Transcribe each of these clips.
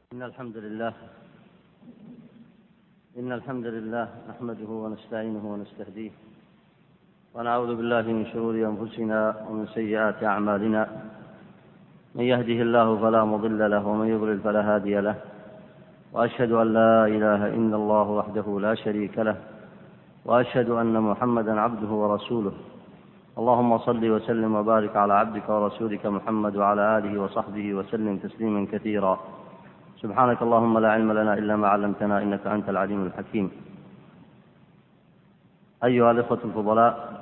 إن الحمد لله نحمده ونستعينه ونستهديه ونعوذ بالله من شرور أنفسنا ومن سيئات أعمالنا. من يهده الله فلا مضل له ومن يضلل فلا هادي له، وأشهد أن لا إله إلا الله وحده لا شريك له، وأشهد أن محمدا عبده ورسوله. اللهم صل وسلم وبارك على عبدك ورسولك محمد وعلى آله وصحبه وسلم تسليما كثيرا. سبحانك اللهم لا علم لنا إلا ما علمتنا إنك أنت العليم الحكيم. أيها الإخوة الفضلاء،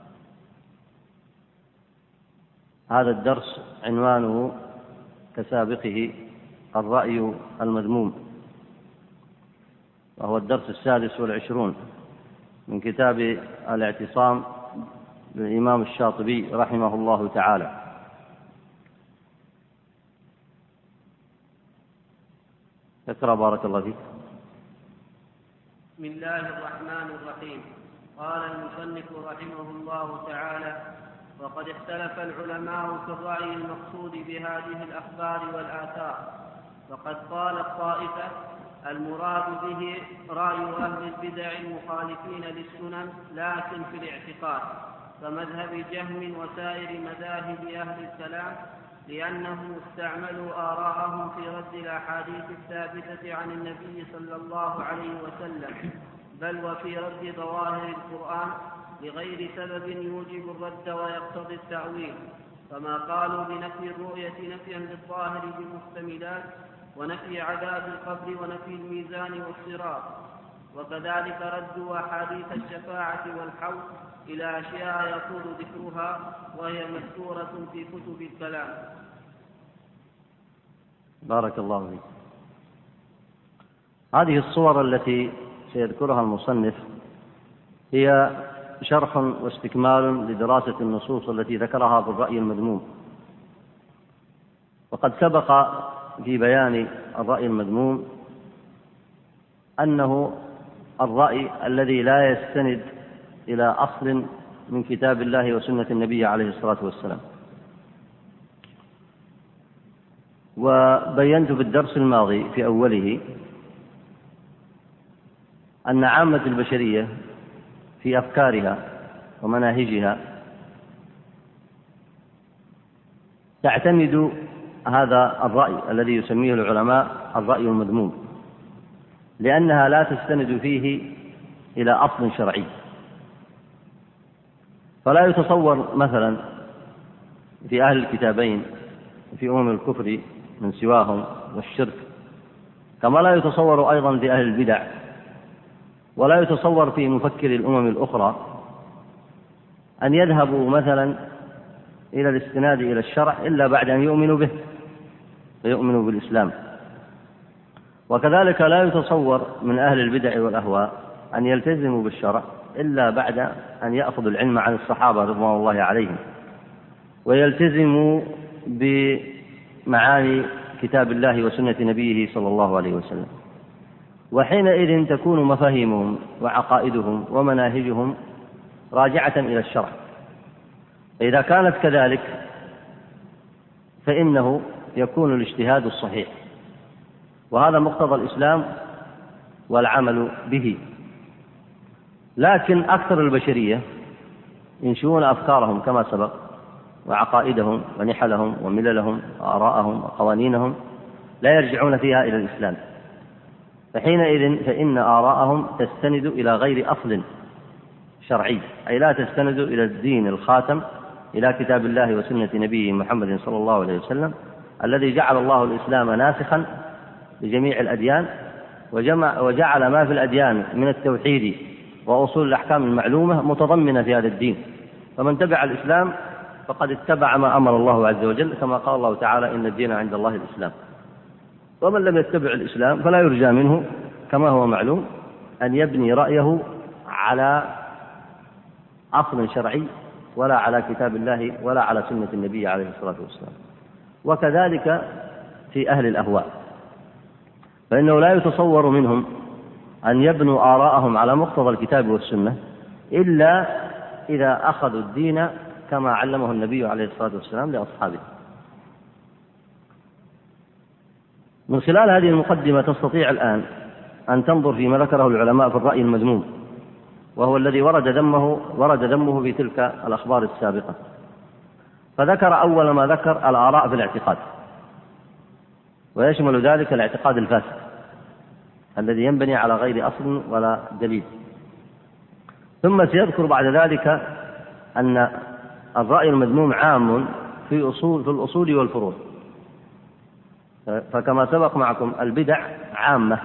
هذا الدرس عنوانه كسابقه الرأي المذموم، وهو الدرس 26 من كتاب الاعتصام للإمام الشاطبي رحمه الله تعالى. اقرأ بارك الله فيك. بسم الله الرحمن الرحيم. قال المصنف رحمه الله تعالى: وقد اختلف العلماء في الرأي المقصود بهذه الأخبار والآثار، فقد قال الطائفة المراد به رأي أهل البدع المخالفين للسنن لكن في الاعتقاد، كمذهب جهم وسائر مذاهب أهل الكلام، لأنهم استعملوا آراءهم في رد الأحاديث الثابتة عن النبي صلى الله عليه وسلم، بل وفي رد ظواهر القرآن لغير سبب يوجب الرد ويقتضي التأويل، كما قالوا بنفي الرؤية نفيا للظاهر بمحتملات، ونفي عذاب القبر، ونفي الميزان والصراط. وكذلك ردوا أحاديث الشفاعة والحوض إلى أشياء يطول ذكرها وهي مذكورة في كتب الكلام. بارك الله فيك. هذه الصور التي سيذكرها المصنف هي شرح واستكمال لدراسة النصوص التي ذكرها بالرأي المذموم. وقد سبق في بيان الرأي المذموم أنه الرأي الذي لا يستند إلى أصل من كتاب الله وسنة النبي عليه الصلاة والسلام. وبينت في الدرس الماضي في أوله أن عامة البشرية في أفكارها ومناهجها تعتمد هذا الرأي الذي يسميه العلماء الرأي المذموم، لأنها لا تستند فيه إلى أصل شرعي. فلا يتصور مثلا في أهل الكتابين في الكفر من سواهم والشرك، كما لا يتصور أيضا في أهل البدع، ولا يتصور في مفكر الأمم الأخرى أن يذهبوا مثلا إلى الاستناد إلى الشرع إلا بعد أن يؤمنوا به ويؤمنوا بالإسلام. وكذلك لا يتصور من أهل البدع والأهواء أن يلتزموا بالشرع إلا بعد أن يأخذوا العلم عن الصحابة رضوان الله عليهم، ويلتزموا بمعاني كتاب الله وسنة نبيه صلى الله عليه وسلم. وحينئذ تكون مفاهيمهم وعقائدهم ومناهجهم راجعة إلى الشرع. فإذا كانت كذلك فإنه يكون الاجتهاد الصحيح، وهذا مقتضى الإسلام والعمل به. لكن أكثر البشرية ينشئون أفكارهم كما سبق، وعقائدهم ونحلهم ومللهم وآراءهم وقوانينهم لا يرجعون فيها إلى الإسلام، فحينئذ فإن آراءهم تستند إلى غير أصل شرعي، أي لا تستند إلى الدين الخاتم، إلى كتاب الله وسنة نبيه محمد صلى الله عليه وسلم، الذي جعل الله الإسلام ناسخا لجميع الأديان، وجعل ما في الأديان من التوحيد وأصول الأحكام المعلومة متضمنة في هذا الدين. فمن تبع الإسلام فقد اتبع ما أمر الله عز وجل، كما قال الله تعالى: إن الدين عند الله الإسلام. ومن لم يتبع الإسلام فلا يرجى منه كما هو معلوم أن يبني رأيه على أصل شرعي، ولا على كتاب الله ولا على سنة النبي عليه الصلاة والسلام. وكذلك في أهل الأهواء، فإنه لا يتصور منهم أن يبنوا آراءهم على مقتضى الكتاب والسنة إلا إذا أخذوا الدين كما علمه النبي عليه الصلاة والسلام لأصحابه. من خلال هذه المقدمة تستطيع الآن أن تنظر فيما ذكره العلماء في الرأي المذموم، وهو الذي ورد ذمه في تلك الأخبار السابقة. فذكر أول ما ذكر الآراء في الاعتقاد، ويشمل ذلك الاعتقاد الفاسد الذي ينبني على غير أصل ولا دليل. ثم سيذكر بعد ذلك أن الرأي المذموم عام في الأصول والفروع. فكما سبق معكم البدع عامة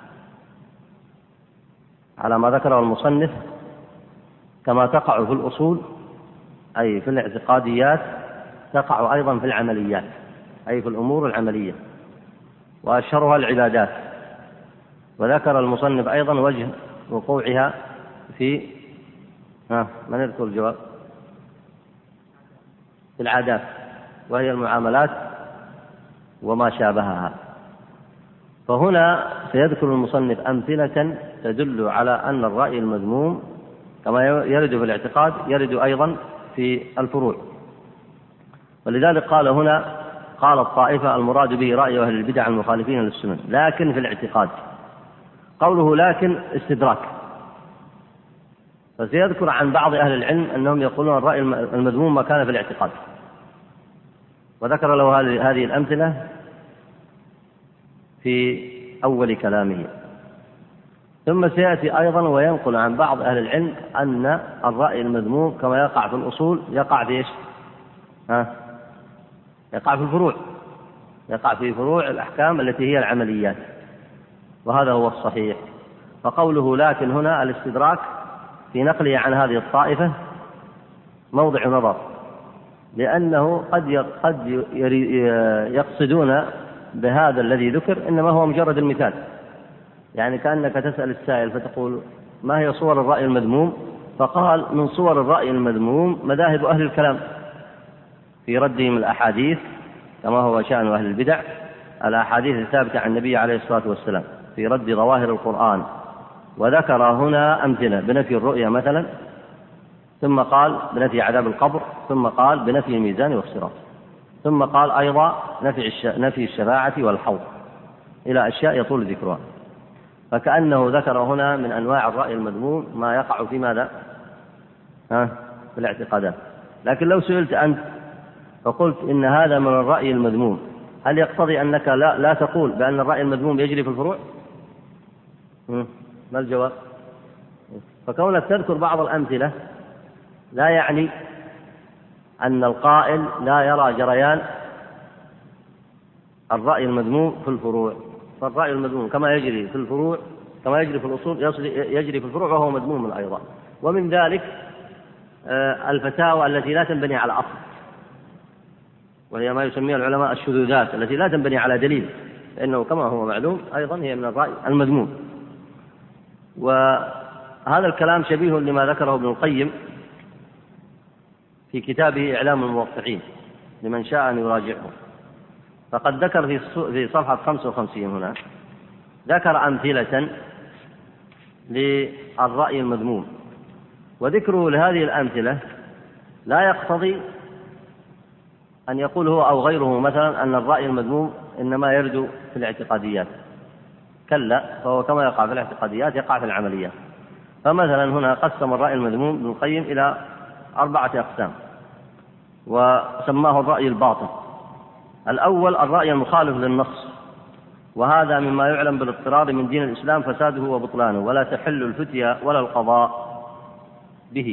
على ما ذكره المصنف، كما تقع في الأصول أي في الاعتقاديات تقع أيضا في العمليات أي في الأمور العملية، وأشهرها العبادات. وذكر المصنف أيضا وجه وقوعها في من يذكر الجواب؟ في العادات، وهي المعاملات وما شابهها. فهنا سيذكر المصنف أمثلة تدل على أن الرأي المذموم كما يرد في الاعتقاد يرد أيضا في الفروع. ولذلك قال هنا: قال الطائفة المراد به رأي أهل البدع المخالفين للسنن لكن في الاعتقاد. قوله لكن استدراك، فسيذكر عن بعض أهل العلم أنهم يقولون الرأي المذموم ما كان في الاعتقاد، وذكر له هذه الأمثلة في أول كلامه. ثم سيأتي أيضا وينقل عن بعض أهل العلم أن الرأي المذموم كما يقع في الأصول يقع في إيش؟ يقع في الفروع، يقع في فروع الأحكام التي هي العمليات، وهذا هو الصحيح. فقوله لكن هنا الاستدراك في نقله عن هذه الطائفة موضع نظر، لأنه قد يقصدون بهذا الذي ذكر إنما هو مجرد المثال. يعني كأنك تسأل السائل فتقول: ما هي صور الرأي المذموم؟ فقال: من صور الرأي المذموم مذاهب أهل الكلام في ردهم الأحاديث كما هو شأن أهل البدع، الأحاديث الثابتة عن النبي عليه الصلاة والسلام في رد ظواهر القرآن. وذكر هنا أمثلة بنفي الرؤيا مثلا، ثم قال بنفي عذاب القبر، ثم قال بنفي الميزان والصراط، ثم قال أيضا نفي الشفاعة والحوض، إلى أشياء يطول ذكرها. فكأنه ذكر هنا من أنواع الرأي المذموم ما يقع في ماذا؟ في الاعتقادات. لكن لو سئلت أنت فقلت إن هذا من الرأي المذموم، هل يقتضي أنك لا تقول بأن الرأي المذموم يجري في الفروع؟ ما الجواب؟ فكونك تذكر بعض الأمثلة لا يعني أن القائل لا يرى جريان الرأي المذموم في الفروع. فالرأي المذموم كما يجري في الفروع كما يجري في الأصول يجري في الفروع وهو مذموم أيضا. ومن ذلك الفتاوى التي لا تنبني على أصل، وهي ما يسميها العلماء الشذوذات التي لا تنبني على دليل، فإنه كما هو معلوم أيضا هي من الرأي المذموم. وهذا الكلام شبيه لما ذكره ابن القيم في كتابه إعلام الموقعين لمن شاء أن يراجعه. فقد ذكر في صفحة 55 هنا ذكر أمثلة للرأي المذموم، وذكره لهذه الأمثلة لا يقتضي أن يقول هو أو غيره مثلا أن الرأي المذموم إنما يرد في الاعتقاديات، كلا، فهو كما يقع في الاعتقاديات يقع في العمليات. فمثلا هنا قسم الرأي المذموم ابن القيم إلى 4 أقسام، وسماه الرأي الباطل. الأول الرأي المخالف للنص، وهذا مما يعلم بالاضطرار من دين الإسلام فساده وبطلانه، ولا تحل الفتيا ولا القضاء به.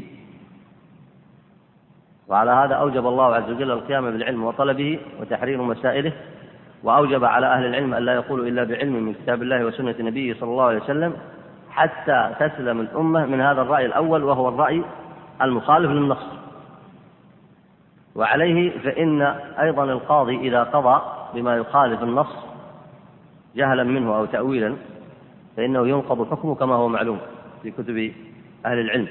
وعلى هذا أوجب الله عز وجل القيام بالعلم وطلبه وتحرير مسائله، وأوجب على أهل العلم أن لا يقولوا إلا بعلم من كتاب الله وسنة نبيه صلى الله عليه وسلم حتى تسلم الأمة من هذا الرأي الأول وهو الرأي المخالف للنص. وعليه فإن أيضا القاضي إذا قضى بما يخالف النص جهلا منه أو تأويلا فإنه ينقض حكمه كما هو معلوم في كتب أهل العلم.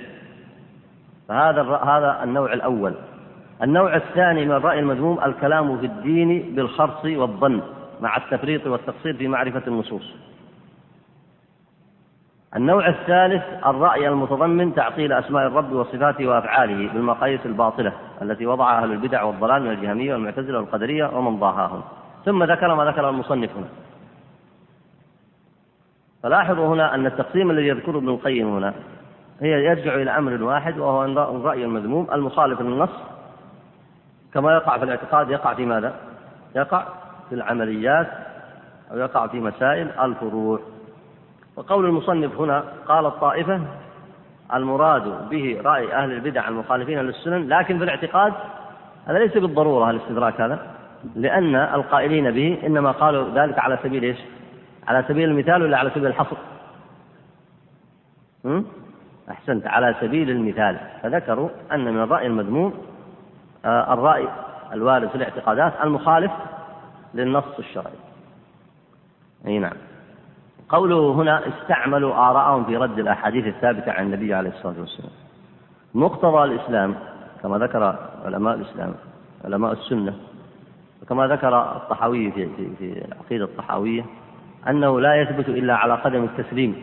فهذا النوع الأول. النوع الثاني من الرأي المذموم الكلام في الدين بالخرص والظن مع التفريط والتقصير في معرفة النصوص. النوع الثالث الرأي المتضمن تعطيل أسماء الرب وصفاته وأفعاله بالمقاييس الباطلة التي وضعها أهل البدع والضلال من الجهمية والمعتزلة والقدرية ومن ضاهاهم. ثم ذكر ما ذكر المصنف هنا فلاحظوا هنا أن التقسيم الذي يذكره ابن القيم هنا هي يرجع إلى أمر واحد، وهو أن الرأي المذموم المخالف للنص كما يقع في الاعتقاد يقع في ماذا؟ يقع في العمليات أو يقع في مسائل الفروع. وقول المصنف هنا قال الطائفة المراد به رأي أهل البدع المخالفين للسنن، لكن في الاعتقاد هذا ليس بالضرورة الاستدراك هذا، لأن القائلين به إنما قالوا ذلك على سبيل إيش؟ على سبيل المثال ولا على سبيل الحصر؟ أحسنت، على سبيل المثال. فذكروا أن من الرأي المذموم الرأي الوارد في الاعتقادات المخالف للنص الشرعي. أي نعم. قوله هنا استعملوا آراءهم في رد الأحاديث الثابتة عن النبي عليه الصلاة والسلام. مقتضى الإسلام كما ذكر علماء الإسلام علماء السنة وكما ذكر الطحاوي في العقيدة الطحاوية أنه لا يثبت إلا على قدم التسليم،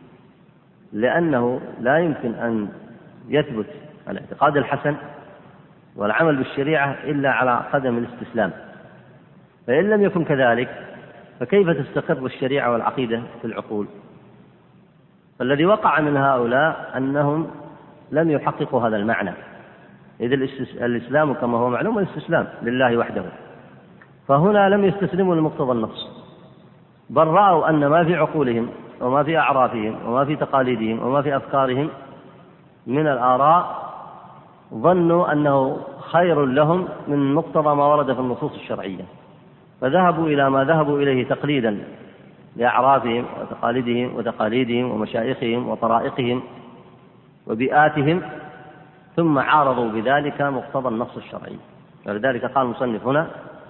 لأنه لا يمكن أن يثبت الاعتقاد الحسن والعمل بالشريعة إلا على قدم الاستسلام. فإن لم يكن كذلك فكيف تستقر الشريعة والعقيدة في العقول؟ فالذي وقع من هؤلاء أنهم لم يحققوا هذا المعنى، إذ الإسلام كما هو معلوم الاستسلام لله وحده، فهنا لم يستسلموا لمقتضى النص، بل رأوا أن ما في عقولهم وما في أعرافهم وما في تقاليدهم وما في أفكارهم من الآراء ظنوا أنه خير لهم من مقتضى ما ورد في النصوص الشرعية، فذهبوا إلى ما ذهبوا إليه تقليدا لأعرافهم وتقاليدهم وتقاليدهم ومشايخهم وطرائقهم وبيئاتهم، ثم عارضوا بذلك مقتضى النص الشرعي. ولذلك قال المصنف هنا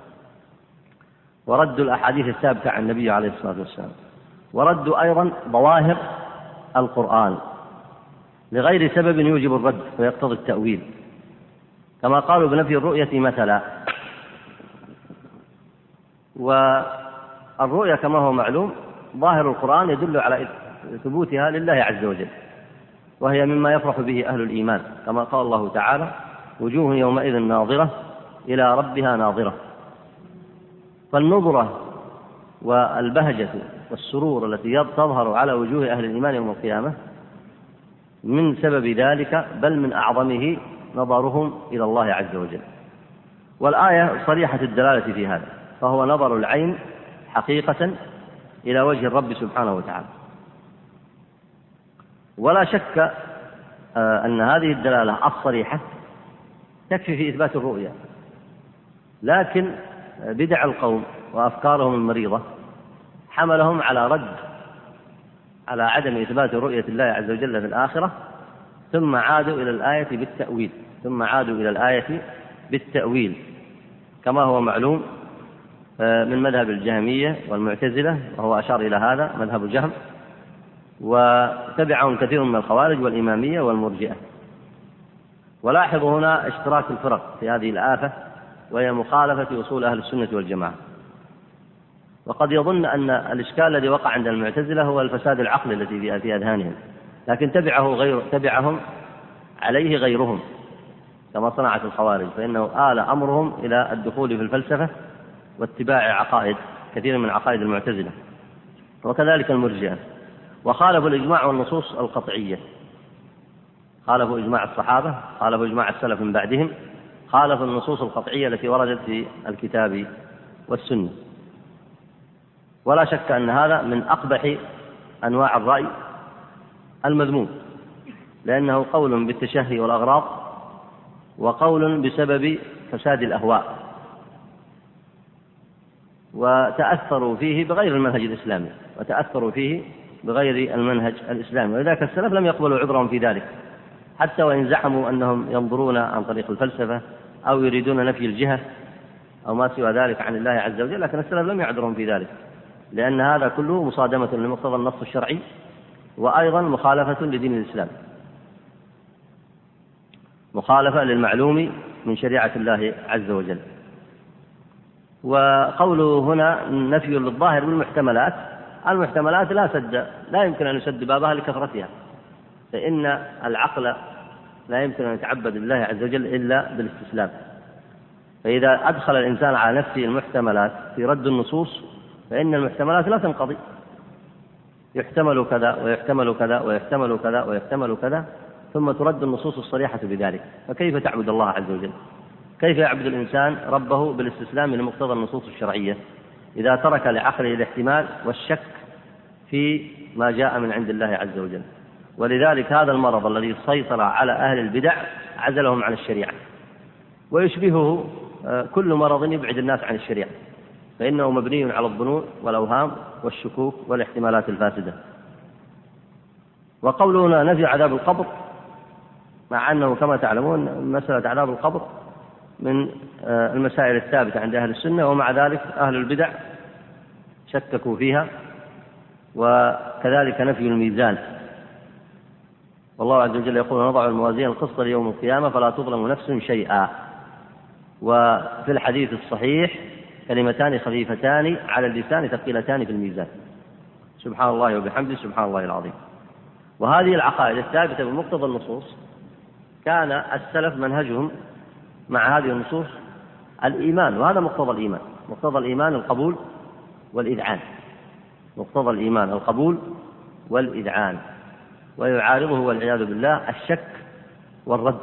وردوا الأحاديث الثابتة عن النبي عليه الصلاة والسلام، وردوا أيضا ظواهر القرآن لغير سبب يوجب الرد ويقتضي التأويل، كما قالوا بنفي الرؤية مثلا. والرؤية كما هو معلوم ظاهر القرآن يدل على ثبوتها لله عز وجل، وهي مما يفرح به أهل الإيمان، كما قال الله تعالى وجوه يومئذ ناظرة إلى ربها ناظرة. فالنظرة والبهجة والسرور التي تظهر على وجوه أهل الإيمان يوم القيامة من سبب ذلك، بل من أعظمه نظرهم إلى الله عز وجل. والآية صريحة الدلالة في هذا، فهو نظر العين حقيقة إلى وجه الرب سبحانه وتعالى. ولا شك أن هذه الدلالة الصريحة تكفي في إثبات الرؤية، لكن بدع القوم وأفكارهم المريضة حملهم على عدم إثبات رؤية الله عز وجل في الآخرة، ثم عادوا إلى الآية بالتأويل كما هو معلوم من مذهب الجهمية والمعتزلة، وهو أشار إلى هذا مذهب الجهم، وتبعهم كثير من الخوارج والإمامية والمرجئة. ولاحظوا هنا اشتراك الفرق في هذه الآفة، وهي مخالفة أصول أهل السنة والجماعة. وقد يظن أن الإشكال الذي وقع عند المعتزلة هو الفساد العقلي الذي في أذهانهم، لكن تبعهم عليه غيرهم كما صنعت الخوارج، فإنه آل أمرهم إلى الدخول في الفلسفة واتباع عقائد كثير من عقائد المعتزلة، وكذلك المرجئة. وخالفوا الإجماع والنصوص القطعية، خالفوا إجماع الصحابة، خالفوا إجماع السلف من بعدهم، خالفوا النصوص القطعية التي وردت في الكتاب والسنة. ولا شك أن هذا من أقبح أنواع الرأي المذموم، لأنه قول بالتشهي والأغراض، وقول بسبب فساد الأهواء، وتأثروا فيه بغير المنهج الإسلامي، وتأثروا فيه بغير المنهج الإسلامي. ولذلك السلف لم يقبلوا عذرهم في ذلك، حتى وإن زعموا أنهم ينظرون عن طريق الفلسفة أو يريدون نفي الجهة أو ما سوى ذلك عن الله عز وجل، لكن السلف لم يعذرهم في ذلك، لأن هذا كله مصادمة لمقتضى النص الشرعي، وأيضا مخالفة لدين الإسلام، مخالفة للمعلوم من شريعة الله عز وجل. وقوله هنا نفي للظاهر بالمحتملات، المحتملات لا يمكن أن يسد بابها لكثرتها، فإن العقل لا يمكن أن يتعبد لله عز وجل إلا بالاستسلام. فإذا أدخل الإنسان على نفسه المحتملات في رد النصوص، فإن المحتملات لا تنقضي، يحتمل كذا ويحتمل كذا ويحتمل كذا ويحتمل كذا، ثم ترد النصوص الصريحة بذلك. فكيف تعبد الله عز وجل؟ كيف يعبد الإنسان ربه بالاستسلام لمقتضى النصوص الشرعية إذا ترك لعقله الاحتمال والشك في ما جاء من عند الله عز وجل؟ ولذلك هذا المرض الذي سيطر على أهل البدع عزلهم عن الشريعة، ويشبهه كل مرض يبعد الناس عن الشريعة، فإنه مبني على الظنون والأوهام والشكوك والاحتمالات الفاسدة. وقولنا نفي عذاب القبر، مع أنه كما تعلمون مسألة عذاب القبر من المسائل الثابتة عند أهل السنة، ومع ذلك أهل البدع شككوا فيها. وكذلك نفي الميزان، والله عز وجل يقول: نضع الموازين القسط ليوم القيامة فلا تظلم نفس شيئا. وفي الحديث الصحيح: كلمتان خفيفتان على اللسان ثقيلتان في الميزان، سبحان الله وبحمده سبحان الله العظيم. وهذه العقائد الثابتة بمقتضى النصوص كان السلف منهجهم مع هذه النصوص الإيمان، وهذا مقتضى الإيمان. مقتضى الإيمان القبول والإذعان، مقتضى الإيمان القبول والإذعان، ويعارضه والعياذ بالله الشك والرد.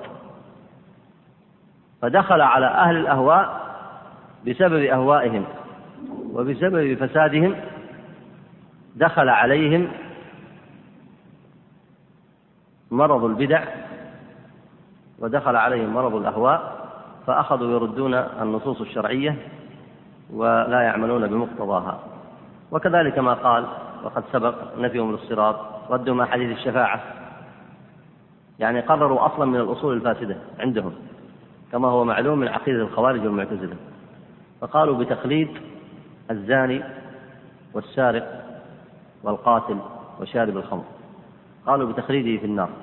فدخل على أهل الأهواء بسبب أهوائهم وبسبب فسادهم، دخل عليهم مرض البدع ودخل عليهم مرض الأهواء، فأخذوا يردون النصوص الشرعية ولا يعملون بمقتضاها. وكذلك ما قال وقد سبق نفيهم للصراط، ردوا مع حديث الشفاعة، يعني قرروا أصلا من الأصول الفاسدة عندهم كما هو معلوم من عقيدة الخوارج والمعتزلة، فقالوا بتقليد الزاني والسارق والقاتل وشارب الخمر، قالوا بتقليده في النار.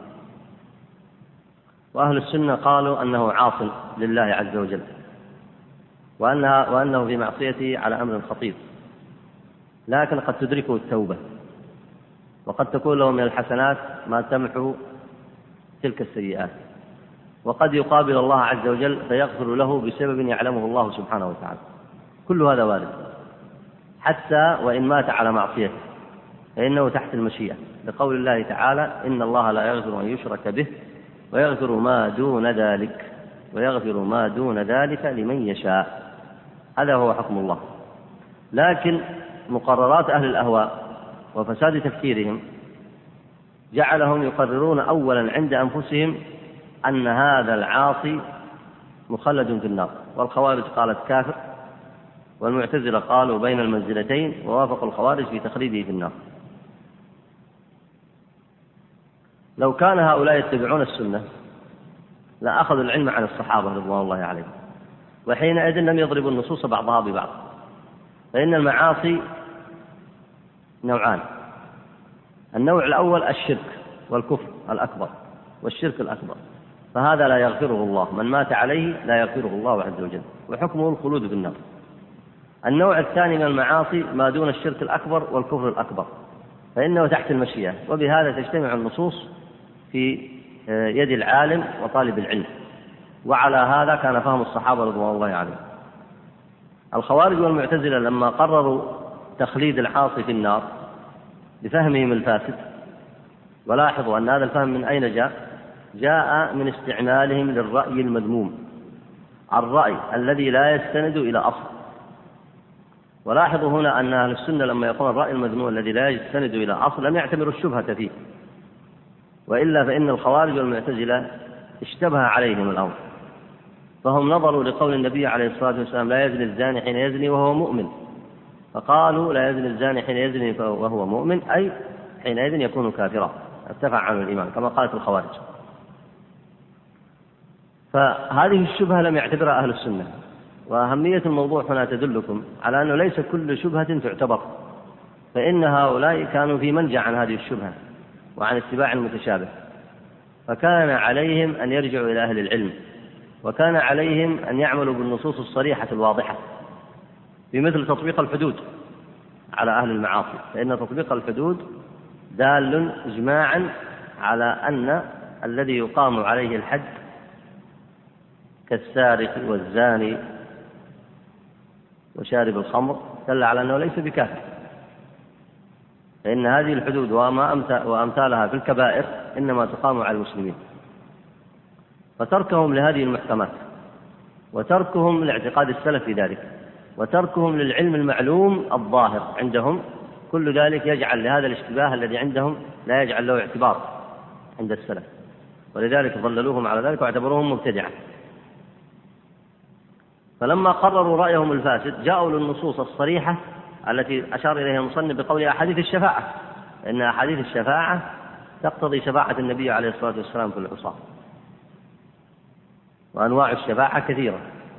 وأهل السنة قالوا أنه عاص لله عز وجل، وأنه في معصيته على أمر خطير، لكن قد تدركه التوبة، وقد تكون له من الحسنات ما تمحو تلك السيئات، وقد يقابل الله عز وجل فيغفر له بسبب يعلمه الله سبحانه وتعالى. كل هذا وارد، حتى وإن مات على معصيته فإنه تحت المشيئة، لقول الله تعالى: إن الله لا يغفر أن يشرك به ويغفر ما دون ذلك لمن يشاء. هذا هو حكم الله. لكن مقررات أهل الأهواء وفساد تفكيرهم جعلهم يقررون أولا عند أنفسهم أن هذا العاصي مخلد في النار، والخوارج قالت كافر، والمعتزلة قالوا بين المنزلتين، ووافقوا الخوارج في تخليده في النار. لو كان هؤلاء يتبعون السنة لأخذوا العلم عن الصحابة رضوان الله عليهم، وحينئذ لم يضربوا النصوص بعضها ببعض. فإن المعاصي نوعان: النوع الأول الشرك والكفر الأكبر والشرك الأكبر، فهذا لا يغفره الله، من مات عليه لا يغفره الله عز وجل، وحكمه الخلود في النار. النوع الثاني من المعاصي ما دون الشرك الأكبر والكفر الأكبر، فإنه تحت المشيئة، وبهذا تجتمع النصوص في يد العالم وطالب العلم. وعلى هذا كان فهم الصحابة رضوان الله عليهم. الخوارج والمعتزلة لما قرروا تخليد العاصي في النار بفهمهم الفاسد، ولاحظوا أن هذا الفهم من أين جاء من استعمالهم للرأي المذموم، الرأي الذي لا يستند إلى أصل. ولاحظوا هنا أن أهل السنة لما يقول الرأي المذموم الذي لا يستند إلى أصل لم يعتبروا الشبهة فيه، وإلا فإن الخوارج والمعتزلة اشتبه عليهم الأمر، فهم نظروا لقول النبي عليه الصلاة والسلام: لا يزني الزاني حين يزني وهو مؤمن، فقالوا: لا يزني الزاني حين يزني وهو مؤمن، أي حينئذ يكون كافرا، ارتفع عنه الإيمان، كما قالت الخوارج. فهذه الشبهة لم يعتبرها أهل السنة. وأهمية الموضوع هنا تدلكم على أنه ليس كل شبهة تعتبر، فإن هؤلاء كانوا في منجع عن هذه الشبهة وعن اتباع المتشابه، فكان عليهم أن يرجعوا إلى أهل العلم، وكان عليهم أن يعملوا بالنصوص الصريحة الواضحة، بمثل تطبيق الحدود على أهل المعاصي، فإن تطبيق الحدود دال إجماعا على أن الذي يقام عليه الحد كالسارق والزاني وشارب الخمر دل على أنه ليس بكافر. فإن هذه الحدود وأمثالها في الكبائر إنما تقام على المسلمين. فتركهم لهذه المحكمات وتركهم لاعتقاد السلف في ذلك وتركهم للعلم المعلوم الظاهر عندهم، كل ذلك يجعل لهذا الاشتباه الذي عندهم لا يجعل له اعتبار عند السلف، ولذلك ضللوهم على ذلك واعتبروهم مبتدعة. فلما قرروا رأيهم الفاسد جاءوا للنصوص الصريحة التي أشار إليها المصنف بقول أحاديث الشفاعة، لأن أحاديث الشفاعة تقتضي شفاعة النبي عليه الصلاة والسلام في العصاة، وأنواع الشفاعة كثيرة،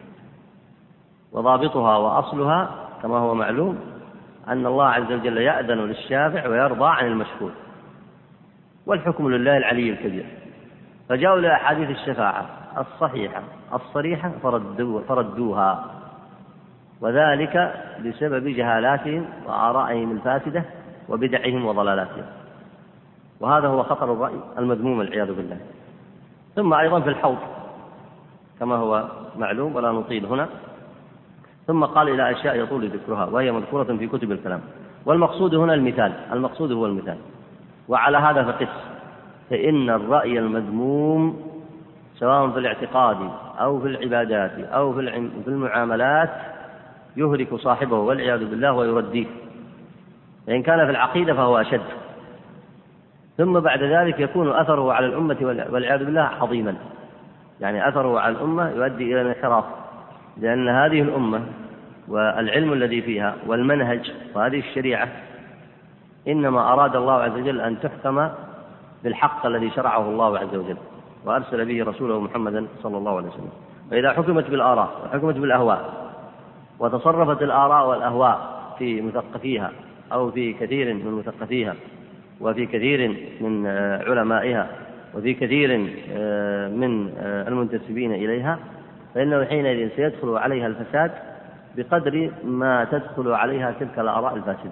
وضابطها وأصلها كما هو معلوم أن الله عز وجل يأذن للشافع ويرضى عن المشفوع، والحكم لله العلي الكبير. فجاءوا لأحاديث الشفاعة الصحيحة الصريحة فردوها، وذلك بسبب جهالاتهم وآرائهم الفاسدة وبدعهم وضلالاتهم، وهذا هو خطر الرأي المذموم والعياذ بالله. ثم أيضا في الحوض كما هو معلوم ولا نطيل هنا، ثم قال إلى أشياء يطول ذكرها وهي مذكورة في كتب الكلام، والمقصود هنا المثال، المقصود هو المثال. وعلى هذا فقس، فإن الرأي المذموم سواء في الاعتقاد أو في العبادات أو في المعاملات يهلك صاحبه والعياذ بالله ويرديه، فإن كان في العقيدة فهو أشد، ثم بعد ذلك يكون أثره على الأمة والعياذ بالله عظيما، يعني أثره على الأمة يؤدي إلى الانحراف، لأن هذه الأمة والعلم الذي فيها والمنهج وهذه الشريعة إنما أراد الله عز وجل أن تحكم بالحق الذي شرعه الله عز وجل وأرسل به رسوله محمدا صلى الله عليه وسلم. فإذا حكمت بالآراء وحكمت بالأهواء وتصرفت الآراء والأهواء في مثقفيها أو في كثير من مثقفيها وفي كثير من علمائها وفي كثير من المنتسبين إليها، فإنه حينئذ سيدخل عليها الفساد بقدر ما تدخل عليها تلك الآراء الفاسدة.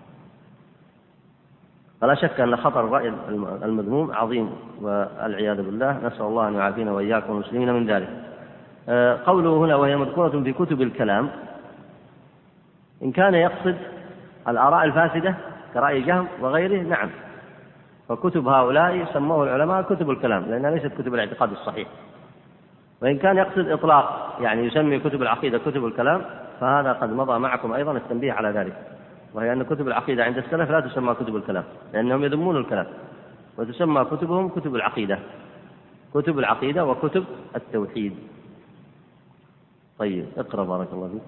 فلا شك أن خطر الرأي المذموم عظيم والعياذ بالله، نسأل الله أن يعافينا وإياكم المسلمين من ذلك. قوله هنا وهي مذكورة في كتب الكلام، إن كان يقصد الآراء الفاسدة كرأي جهم وغيره نعم، فكتب هؤلاء سموه العلماء كتب الكلام لأنها ليست كتب الاعتقاد الصحيح. وإن كان يقصد إطلاق يعني يسمي كتب العقيدة كتب الكلام، فهذا قد مضى معكم أيضا التنبيه على ذلك، وهي أن كتب العقيدة عند السلف لا تسمى كتب الكلام لأنهم يذمون الكلام، وتسمى كتبهم كتب العقيدة، كتب العقيدة وكتب التوحيد. طيب اقرأ بارك الله فيك.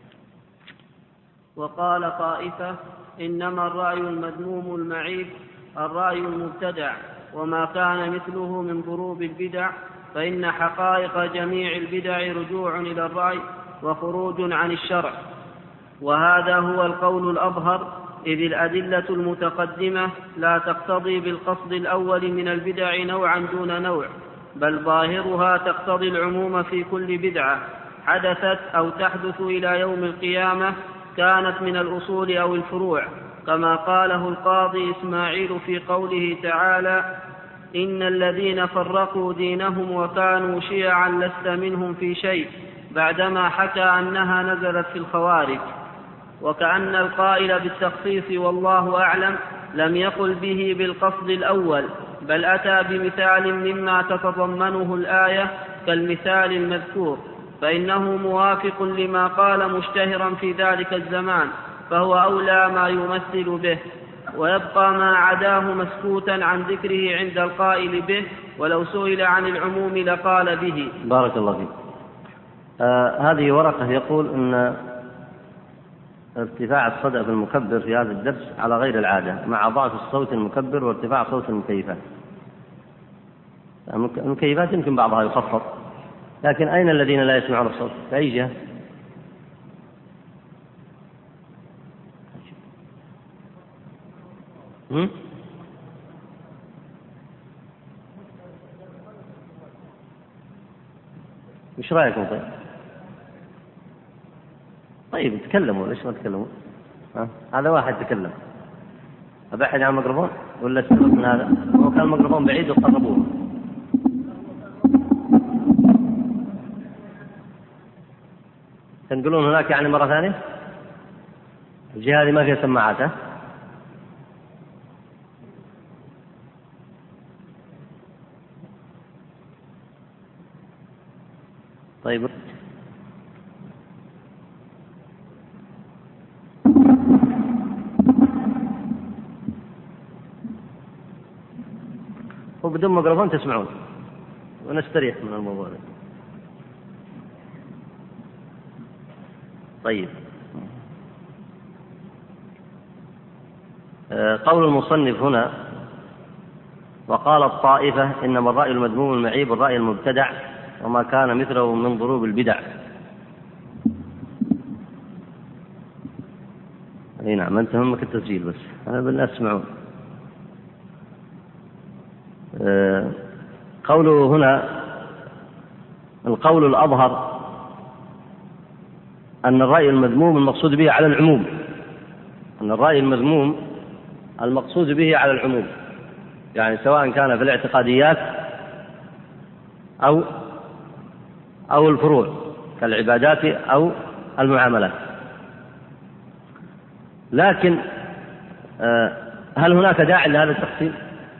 وقال طائفة إنما الرأي المذموم المعيب الرأي المبتدع، وما كان مثله من ضروب البدع، فإن حقائق جميع البدع رجوع إلى الرأي وخروج عن الشرع، وهذا هو القول الأظهر، إذ الأدلة المتقدمة لا تقتضي بالقصد الأول من البدع نوعا دون نوع، بل ظاهرها تقتضي العموم في كل بدعة حدثت أو تحدث إلى يوم القيامة، كانت من الأصول أو الفروع، كما قاله القاضي إسماعيل في قوله تعالى إن الذين فرقوا دينهم وكانوا شيعا لست منهم في شيء، بعدما حكى أنها نزلت في الخوارج. وكأن القائل بالتخصيص والله أعلم لم يقل به بالقصد الأول، بل أتى بمثال مما تتضمنه الآية كالمثال المذكور، فإنه موافق لما قال مشتهرا في ذلك الزمان، فهو أولى ما يمثل به، ويبقى ما عداه مسكوتا عن ذكره عند القائل به، ولو سئل عن العموم لقال به. بارك الله فيك. هذه ورقة يقول أن ارتفاع الصدى في المكبر في هذا الدرس على غير العادة مع ضعف الصوت المكبر وارتفاع صوت المكيفات. المكيفات يمكن بعضها يخفض، لكن أين الذين لا يسمعون الصوت؟ في أي جهة؟ إيش رأيكم طيب؟ طيب تكلموا، ليش ما تكلموا؟ هذا واحد تكلم، أبعد عن الميكروفون ولا استفدت من هذا؟ هو كان الميكروفون بعيد وقربوه. تنقلون هناك يعني مرة ثانية؟ الجهة هذه ما فيها سماعات طيب، وبدون ميكروفون تسمعون ونستريح من الموضوع. طيب، قول المصنف هنا: وقال الطائفة إنما الرأي المذموم المعيب الرأي المبتدع وما كان مثله من ضروب البدع. اي نعم، انت همك التسجيل بس، انا بالناس يسمعون. قوله هنا: القول الأظهر أن الرأي المذموم المقصود به على العموم، أن الرأي المذموم المقصود به على العموم، يعني سواء كان في الاعتقاديات أو الفروع كالعبادات أو المعاملات. لكن هل هناك داعي لهذا التقسيم؟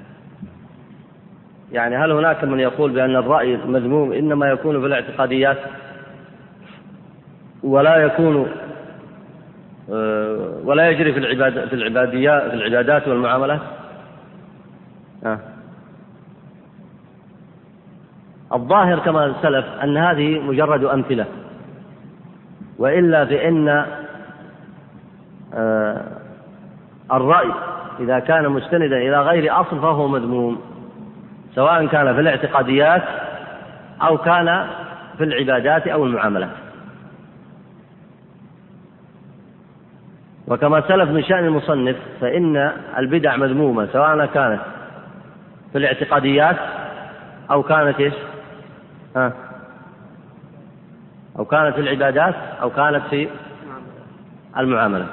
يعني هل هناك من يقول بأن الرأي المذموم إنما يكون في الاعتقاديات ولا يجري في العبادات والمعاملات؟ الظاهر كما سلف أن هذه مجرد أمثلة، وإلا فإن الرأي إذا كان مستندا إلى غير أصل فهو مذموم، سواء كان في الاعتقاديات أو كان في العبادات أو المعاملات. وكما سلف من شأن المصنف فإن البدع مذمومة سواء كانت في الاعتقاديات أو كانت أو كانت في العبادات أو كانت في المعاملة.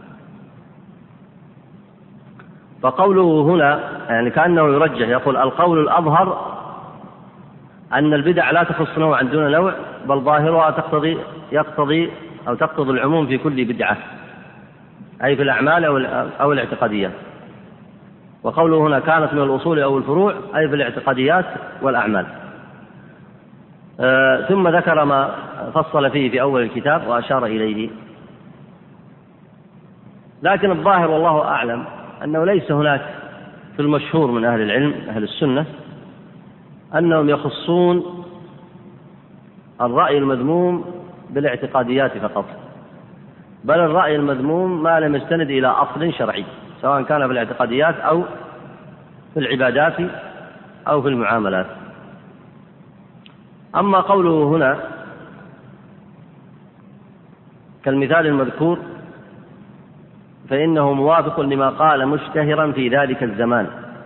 فقوله هنا يعني كأنه يرجح، يقول: القول الأظهر أن البدع لا تخص نوعا دون نوع، بل ظاهرها تقتضي العموم في كل بدعة، أي في الأعمال أو الاعتقاديات. وقوله هنا: كانت من الأصول أو الفروع، أي في الاعتقاديات والأعمال. ثم ذكر ما فصل فيه في أول الكتاب وأشار إليه. لكن الظاهر والله أعلم أنه ليس هناك في المشهور من أهل العلم أهل السنة أنهم يخصون الرأي المذموم بالاعتقاديات فقط، بل الرأي المذموم ما لم يستند إلى أصل شرعي، سواء كان في الاعتقاديات أو في العبادات أو في المعاملات. أما قوله هنا كالمثال المذكور فإنه موافق لما قال مشتهرا في ذلك الزمان،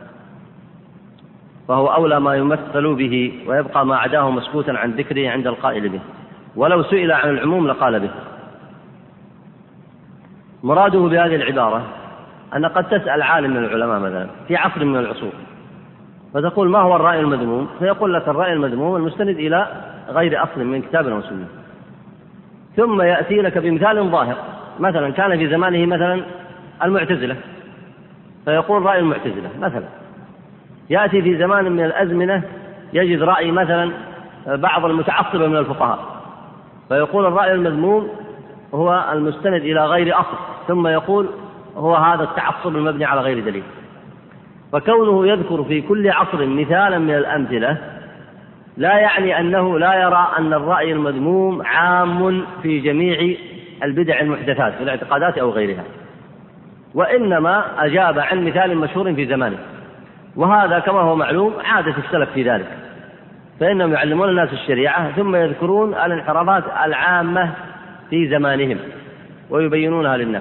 فهو أولى ما يمثل به، ويبقى ما عداه مسكوتا عن ذكره عند القائل به، ولو سئل عن العموم لقال به. مراده بهذه العبارة أن قد تسأل عالم من العلماء مثلا في عصر من العصور فتقول: ما هو الرأي المذموم؟ فيقول لك: الرأي المذموم المستند إلى غير أصل من كتاب وسنة. ثم يأتي لك بمثال ظاهر، مثلا كان في زمانه مثلا المعتزلة، فيقول رأي المعتزلة مثلا. يأتي في زمان من الأزمنة يجد رأي مثلا بعض المتعصبة من الفقهاء، فيقول الرأي المذموم هو المستند إلى غير أصل، ثم يقول هو هذا التعصب المبني على غير دليل. فكونه يذكر في كل عصر مثالا من الأمثلة لا يعني أنه لا يرى أن الرأي المذموم عام في جميع البدع المحدثات في الاعتقادات أو غيرها، وإنما أجاب عن مثال مشهور في زمانه. وهذا كما هو معلوم عادة السلف في ذلك، فإنهم يعلمون الناس الشريعة ثم يذكرون الانحرافات العامة في زمانهم ويبينونها للناس.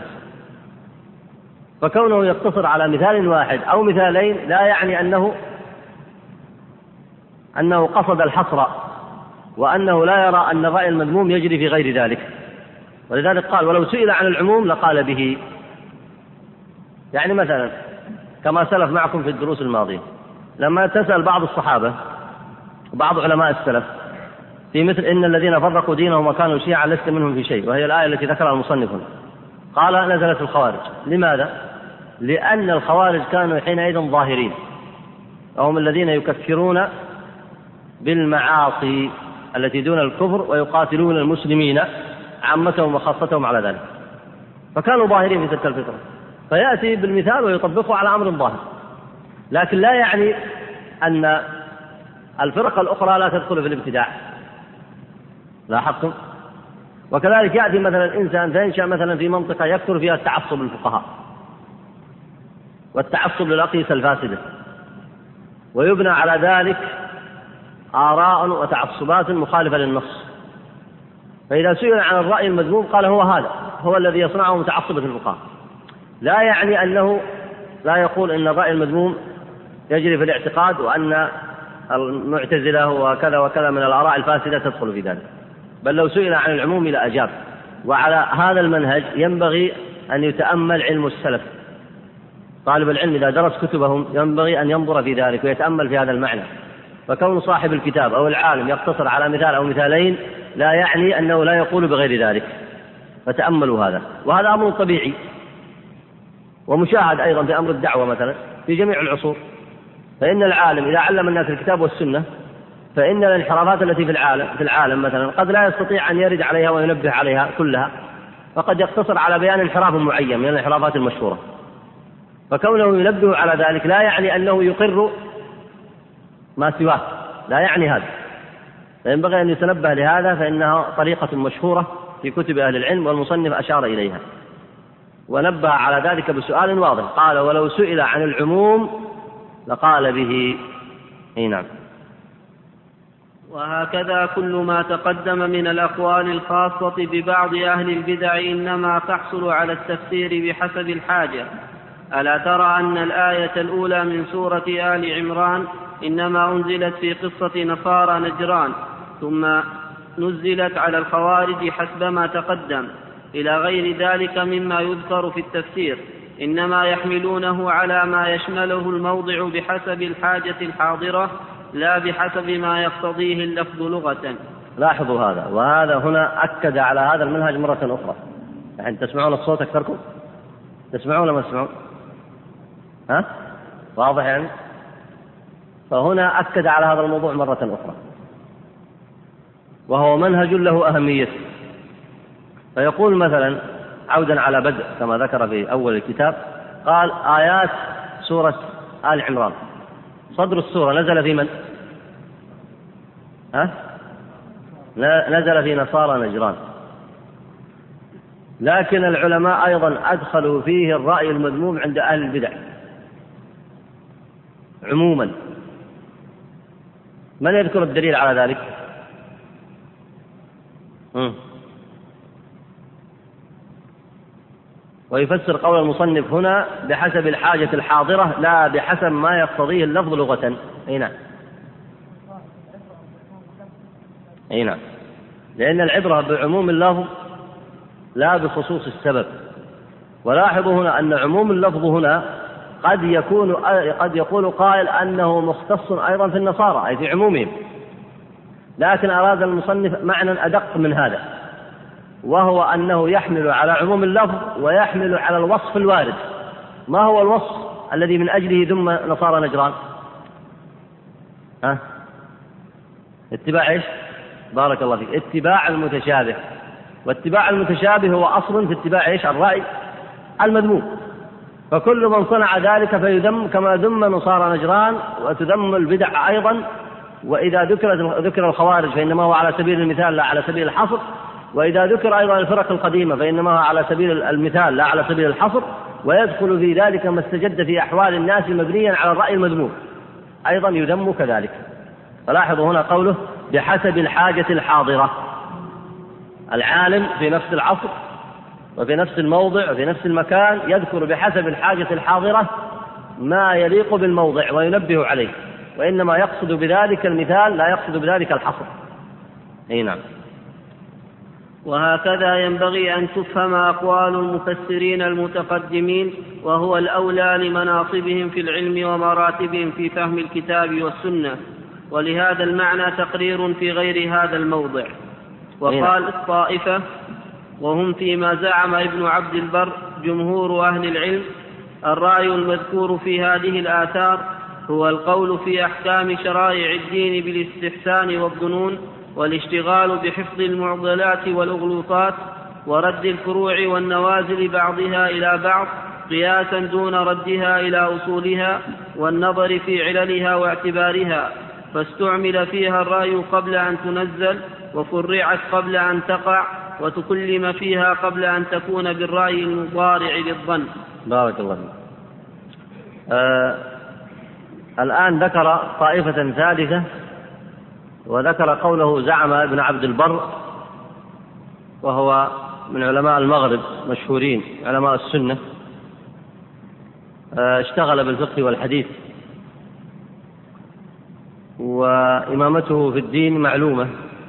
فكونه يقتصر على مثال واحد أو مثالين لا يعني أنه قصد الحصر، وأنه لا يرى أن الرأي المذموم يجري في غير ذلك. ولذلك قال: ولو سئل عن العموم لقال به. يعني مثلا كما سلف معكم في الدروس الماضية، لما تسأل بعض الصحابة وبعض علماء السلف في مثل إن الذين فرقوا دينهم وكانوا شيعا لست منهم في شيء، وهي الآية التي ذكرها المصنف، قال: نزلت الخوارج. لماذا؟ لأن الخوارج كانوا حينئذ ظاهرين، وهم الذين يكفرون بالمعاصي التي دون الكفر ويقاتلون المسلمين عامتهم وخاصتهم على ذلك، فكانوا ظاهرين في تلك الفترة، فيأتي بالمثال ويطبقه على أمر ظاهر، لكن لا يعني أن الفرق الأخرى لا تدخل في الابتداع. لاحظتم؟ وكذلك يأتي مثلا إنسان فينشأ مثلا في منطقة يكثر فيها التعصب للفقهاء والتعصب للأقيسة الفاسدة، ويبنى على ذلك آراء وتعصبات مخالفة للنص، فإذا سئل عن الرأي المذموم قال هو هذا هو الذي يصنعه متعصبة الفقهاء، لا يعني أنه لا يقول إن الرأي المذموم يجري في الاعتقاد وأن المعتزلة وكذا وكذا من الآراء الفاسدة تدخل في ذلك، بل لو سئل عن العموم لأجاب. وعلى هذا المنهج ينبغي أن يتأمل علم السلف. طالب العلم إذا درس كتبهم ينبغي أن ينظر في ذلك ويتأمل في هذا المعنى، فكون صاحب الكتاب أو العالم يقتصر على مثال أو مثالين لا يعني أنه لا يقول بغير ذلك، فتأملوا هذا. وهذا أمر طبيعي ومشاهد أيضا في أمر الدعوة مثلا في جميع العصور، فإن العالم إذا علم الناس الكتاب والسنة فإن الانحرافات التي في العالم مثلا قد لا يستطيع أن يرد عليها وينبه عليها كلها، فقد يقتصر على بيان انحراف معين من الانحرافات المشهورة، فكونه ينبه على ذلك لا يعني أنه يقر ما سواه، لا يعني هذا، فينبغي أن يتنبه لهذا، فإنها طريقة مشهورة في كتب أهل العلم والمصنف أشار إليها ونبه على ذلك بسؤال واضح، قال ولو سئل عن العموم لقال به. نعم. وهكذا كل ما تقدم من الأقوال الخاصة ببعض أهل البدع إنما تحصل على التفسير بحسب الحاجة. ألا ترى أن الآية الأولى من سورة آل عمران إنما أنزلت في قصة نصارى نجران ثم نزلت على الخوارج حسب ما تقدم، إلى غير ذلك مما يذكر في التفسير، إنما يحملونه على ما يشمله الموضع بحسب الحاجة الحاضرة لا بحسب ما يقتضيه اللفظ لغة. لاحظوا هذا، وهذا هنا أكد على هذا المنهج مرة أخرى. يعني تسمعون الصوت أكثركم؟ تسمعون ما تسمعون؟ ها؟ واضح يعني؟ فهنا أكد على هذا الموضوع مرة أخرى، وهو منهج له أهمية. فيقول مثلا عودا على بدء كما ذكر في أول الكتاب، قال آيات سورة آل عمران صدر السورة نزل في من؟ نزل في نصارى نجران، لكن العلماء أيضا أدخلوا فيه الرأي المذموم عند أهل البدع عموما. من يذكر الدليل على ذلك؟ ويفسر قول المصنف هنا بحسب الحاجة الحاضرة لا بحسب ما يقتضيه اللفظ لغة. أي نعم، لأن العبرة بعموم اللفظ لا بخصوص السبب. ولاحظوا هنا أن عموم اللفظ هنا قد يقول قائل أنه مختص أيضا في النصارى أي في عمومهم، لكن أراد المصنف معنى أدق من هذا، وهو أنه يحمل على عموم اللفظ ويحمل على الوصف الوارد. ما هو الوصف الذي من أجله ذم نصارى نجران؟ اتباع إيش؟ بارك الله فيك، اتباع المتشابه. واتباع المتشابه هو أصل في اتباع إيش؟ الرأي المذموم. فكل من صنع ذلك فيذم كما ذم نصارى نجران وتذم البدع أيضا. وإذا ذكر الخوارج فإنما هو على سبيل المثال لا على سبيل الحصر، وإذا ذكر أيضا الفرق القديمة فإنما هو على سبيل المثال لا على سبيل الحصر، ويدخل في ذلك ما استجد في أحوال الناس مبنيا على الرأي المذموم أيضا يذم كذلك. فلاحظوا هنا قوله بحسب الحاجة الحاضرة، العالم في نفس العصر وفي نفس الموضع وفي نفس المكان يذكر بحسب الحاجة الحاضرة ما يليق بالموضع وينبه عليه، وإنما يقصد بذلك المثال لا يقصد بذلك الحصر. نعم. وهكذا ينبغي أن تفهم أقوال المفسرين المتقدمين، وهو الأولى لمناصبهم في العلم ومراتبهم في فهم الكتاب والسنة، ولهذا المعنى تقرير في غير هذا الموضع. وقال الطائفة وهم فيما زعم ابن عبد البر جمهور أهل العلم الرأي المذكور في هذه الآثار هو القول في أحكام شرائع الدين بالاستحسان والظنون والاشتغال بحفظ المعضلات والأغلوطات ورد الفروع والنوازل بعضها إلى بعض قياسا دون ردها إلى أصولها والنظر في عللها واعتبارها، فاستعمل فيها الرأي قبل أن تنزل، وفرعت قبل أن تقع، وتكلم فيها قبل أن تكون بالرأي المضارع للظن. بارك الله فيك. الآن ذكر طائفة ثالثة، وذكر قوله زعم ابن عبد البر، وهو من علماء المغرب مشهورين علماء السنة، اشتغل بالفقه والحديث، وإمامته في الدين معلومة.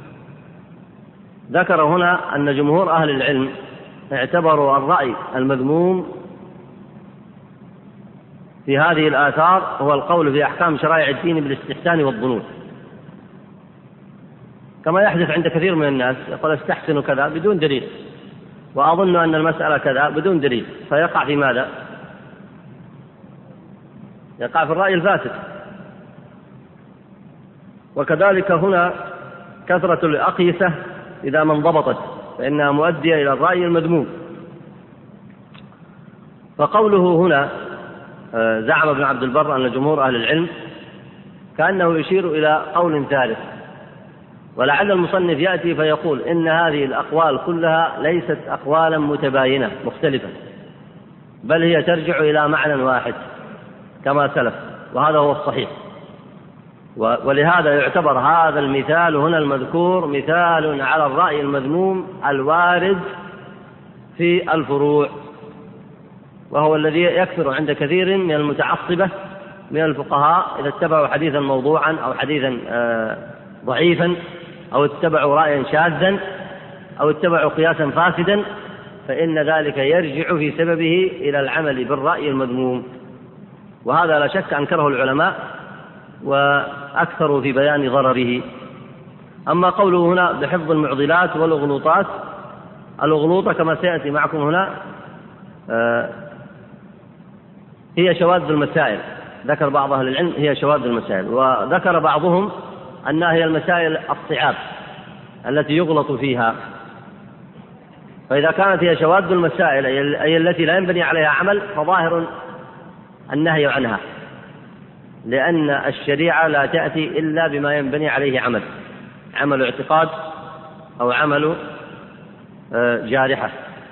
ذكر هنا أن جمهور أهل العلم اعتبروا الرأي المذموم في هذه الآثار هو القول في أحكام شرائع الدين بالاستحسان والظنون، كما يحدث عند كثير من الناس، يقول استحسن كذا بدون دليل، وأظن أن المسألة كذا بدون دليل، فيقع في ماذا؟ يقع في الرأي الفاسد. وكذلك هنا كثرة الأقيسة إذا ما انضبطت فإنها مؤدية إلى الرأي المذموم. فقوله هنا زعم ابن عبد البر أن جمهور أهل العلم كأنه يشير إلى قول ثالث، ولعل المصنف يأتي فيقول إن هذه الأقوال كلها ليست أقوالا متباينة مختلفة، بل هي ترجع إلى معنى واحد كما سلف، وهذا هو الصحيح. ولهذا يعتبر هذا المثال هنا المذكور مثال على الرأي المذموم الوارد في الفروع، وهو الذي يكثر عند كثير من المتعصبة من الفقهاء إذا اتبعوا حديثا موضوعا أو حديثا ضعيفا أو اتبعوا رأيا شاذا أو اتبعوا قياسا فاسدا، فإن ذلك يرجع في سببه إلى العمل بالرأي المذموم، وهذا لا شك أنكره العلماء وأكثروا في بيان ضرره. أما قوله هنا بحفظ المعضلات والأغلوطات، الأغلوطة كما سيأتي معكم هنا هي شواذ المسائل، ذكر بعض أهل العلم هي شواذ المسائل، وذكر بعضهم أنها هي المسائل الصعاب التي يغلط فيها. فإذا كانت هي شواذ المسائل أي التي لا ينبني عليها عمل فظاهر النهي عنها، لأن الشريعة لا تأتي إلا بما ينبني عليه عمل اعتقاد أو عمل جارحة.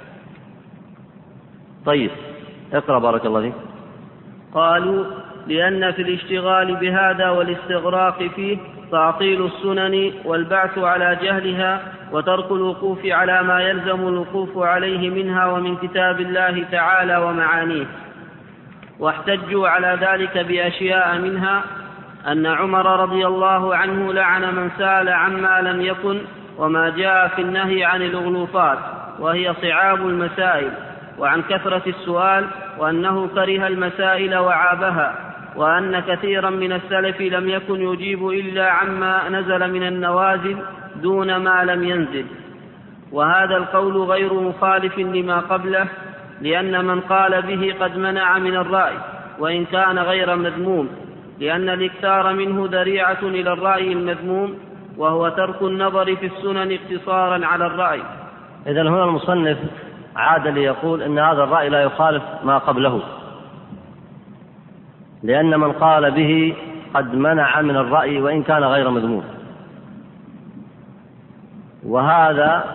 طيب اقرأ بارك الله فيك. قالوا لأن في الاشتغال بهذا والاستغراق فيه تعطيل السنن والبعث على جهلها وترك الوقوف على ما يلزم الوقوف عليه منها ومن كتاب الله تعالى ومعانيه. واحتجوا على ذلك بأشياء منها أن عمر رضي الله عنه لعن من سأل عما لم يكن، وما جاء في النهي عن الأغلوطات وهي صعاب المسائل، وعن كثرة السؤال، وأنه كره المسائل وعابها، وأن كثيرا من السلف لم يكن يجيب إلا عما نزل من النوازل دون ما لم ينزل. وهذا القول غير مخالف لما قبله، لأن من قال به قد منع من الرأي وإن كان غير مذموم، لأن الإكثار منه ذريعة إلى الرأي المذموم، وهو ترك النظر في السنن اقتصارا على الرأي. إذن هنا المصنف عاد ليقول إن هذا الرأي لا يخالف ما قبله، لأن من قال به قد منع من الرأي وإن كان غير مذموم، وهذا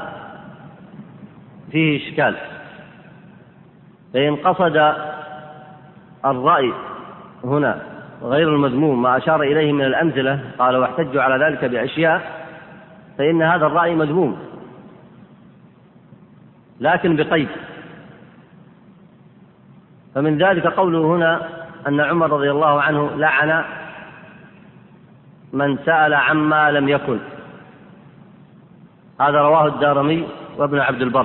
فيه إشكال. فإن قصد الرأي هنا غير المذموم ما أشار إليه من الأمثلة، قال واحتجوا على ذلك بأشياء، فإن هذا الرأي مذموم لكن بقيد. فمن ذلك قوله هنا أن عمر رضي الله عنه لعن من سأل عما لم يكن، هذا رواه الدارمي وابن عبد البر.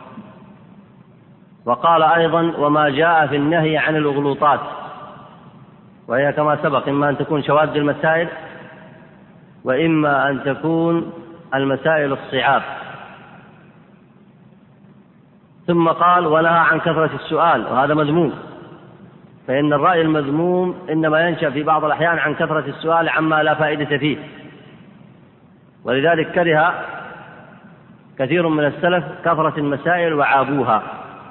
وقال أيضا وما جاء في النهي عن الأغلوطات، وهي كما سبق إما أن تكون شواذ المسائل وإما أن تكون المسائل الصعاب. ثم قال ونهى عن كثرة السؤال، وهذا مذموم، فإن الرأي المذموم إنما ينشأ في بعض الأحيان عن كثرة السؤال عما لا فائدة فيه. ولذلك كره كثير من السلف كثرة المسائل وعابوها.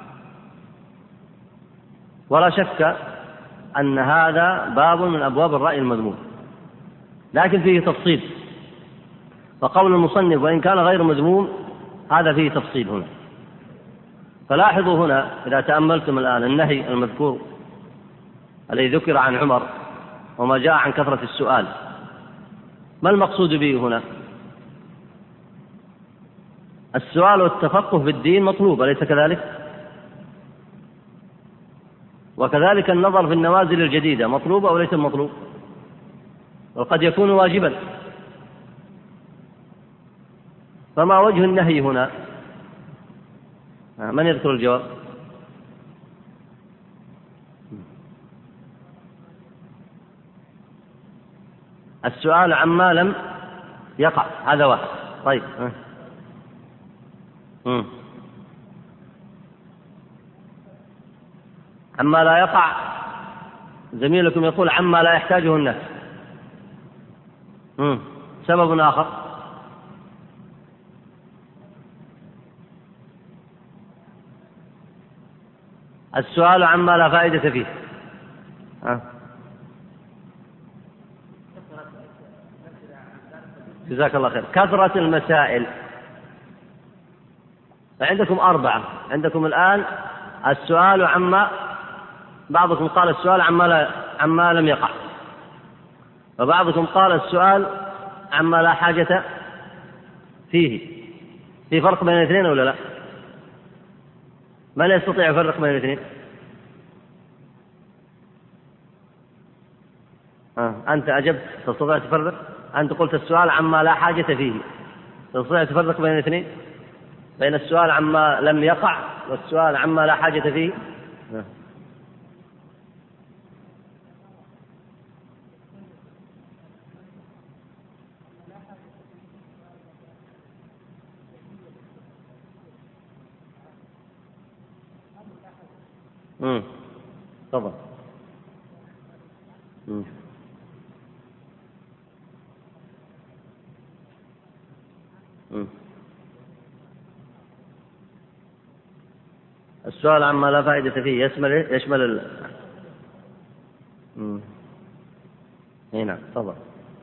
ولا شك أن هذا باب من أبواب الرأي المذموم، لكن فيه تفصيل، فقول المصنف وإن كان غير مذموم هذا فيه تفصيل هنا. فلاحظوا هنا إذا تأملتم الآن النهي المذكور الذي ذكر عن عمر وما جاء عن كثرة السؤال، ما المقصود به هنا؟ السؤال والتفقه في الدين مطلوب، أليس كذلك؟ وكذلك النظر في النوازل الجديدة مطلوب أو ليس مطلوب؟ وقد يكون واجبا. فما وجه النهي هنا؟ من يذكر الجواب؟ السؤال عما لم يقع، هذا واحد. طيب عما لا يقع، زميلكم يقول عما لا يحتاجه الناس. سبب آخر؟ السؤال عما لا فائدة فيه. جزاك الله خير. كثرة المسائل، فعندكم 4. عندكم الآن السؤال عما، بعضكم قال السؤال عما لم يقع، وبعضكم قال السؤال عما لا حاجة فيه. في فرق بين الاثنين ولا لا؟ من يستطيع يفرق بين الاثنين؟ أنت أجبت، تستطيع تفرق؟ أنت قلت السؤال عما لا حاجة فيه، تستطيع تفرق بين الاثنين؟ بين السؤال عما لم يقع والسؤال عما لا حاجة فيه؟ تفضل. السؤال عما لا فائدة فيه يشمل هنا. تفضل.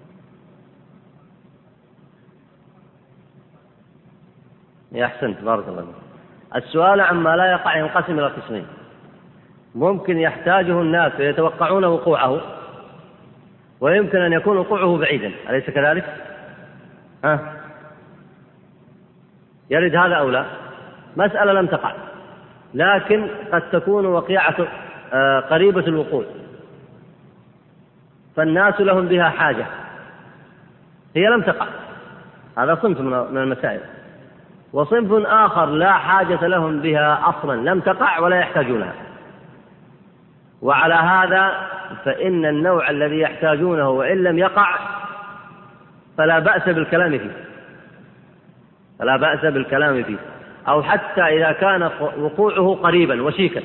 يا أحسنت، بارك الله فيك. السؤال عما لا يقع ينقسم إلى قسمين: ممكن يحتاجه الناس ويتوقعون وقوعه، ويمكن أن يكون وقوعه بعيدا، أليس كذلك؟ يرد هذا أو لا؟ مسألة لم تقع لكن قد تكون وقيعة قريبة الوقوع، فالناس لهم بها حاجة، هي لم تقع، هذا صنف من المسائل. وصنف آخر لا حاجة لهم بها أصلا، لم تقع ولا يحتاجونها، وعلى هذا فإن النوع الذي يحتاجونه وإن لم يقع فلا بأس بالكلام فيه، أو حتى إذا كان وقوعه قريبا وشيكا،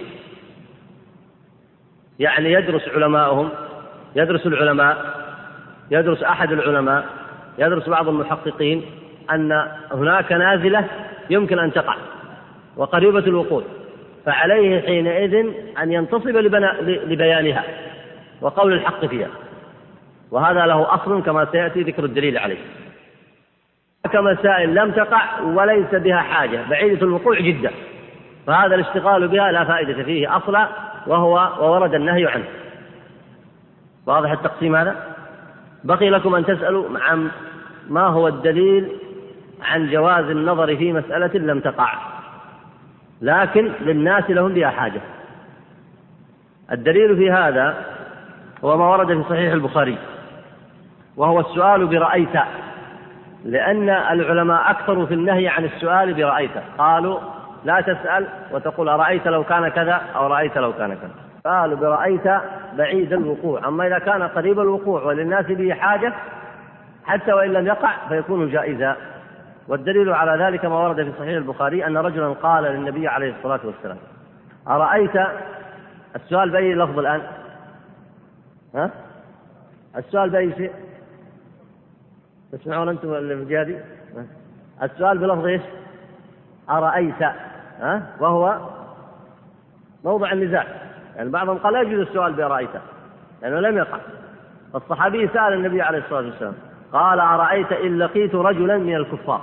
يعني يدرس علماؤهم، يدرس العلماء، يدرس أحد العلماء، يدرس بعض المحققين أن هناك نازلة يمكن أن تقع وقريبة الوقوع، فعليه حينئذ أن ينتصب لبيانها وقول الحق فيها، وهذا له أصل كما سيأتي ذكر الدليل عليه. كمسائل لم تقع وليس بها حاجة، بعيدة الوقوع جدا، فهذا الاشتغال بها لا فائدة فيه أصلا، وورد النهي عنه. واضح التقسيم هذا؟ بقي لكم أن تسألوا عن ما هو الدليل عن جواز النظر في مسألة لم تقع لكن للناس لهم بها حاجة. الدليل في هذا هو ما ورد في صحيح البخاري، وهو السؤال برأيت، لأن العلماء أكثروا في النهي عن السؤال برأيت، قالوا لا تسأل وتقول أرأيت لو كان كذا أو رأيت لو كان كذا، قالوا برأيت بعيد الوقوع، أما إذا كان قريب الوقوع وللناس به حاجة حتى وإن لم يقع فيكون جائزا. والدليل على ذلك ما ورد في صحيح البخاري أن رجلا قال للنبي عليه الصلاة والسلام أرأيت، السؤال بأي لفظ الآن؟ السؤال بأي شيء؟ تسمعون أنتم الجهادي؟ السؤال بلفظ إيش؟ أرأيت، وهو موضع النزاع، يعني بعضهم قال لا يجوز السؤال بأرأيت لأنه لم يقع. فالصحابي سأل النبي عليه الصلاة والسلام قال أرأيت إن لقيت رجلا من الكفار.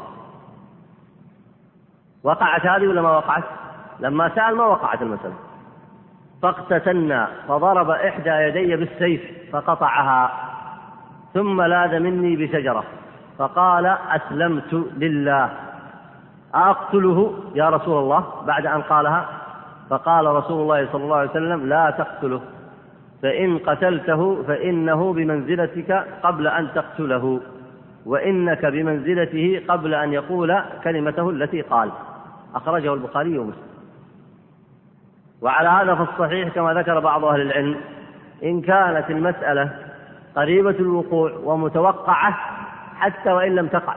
وقعت هذه ولا ما وقعت؟ لما سأل ما وقعت المسألة. فاقتتلنا فضرب إحدى يدي بالسيف فقطعها، ثم لاذ مني بشجرة فقال أسلمت لله، أقتله يا رسول الله بعد أن قالها؟ فقال رسول الله صلى الله عليه وسلم لا تقتله، فإن قتلته فإنه بمنزلتك قبل أن تقتله، وإنك بمنزلته قبل أن يقول كلمته التي قال. أخرجه البخاري ومسلم. وعلى هذا فالصحيح كما ذكر بعض أهل العلم إن كانت المسألة قريبة الوقوع ومتوقعة حتى وإن لم تقع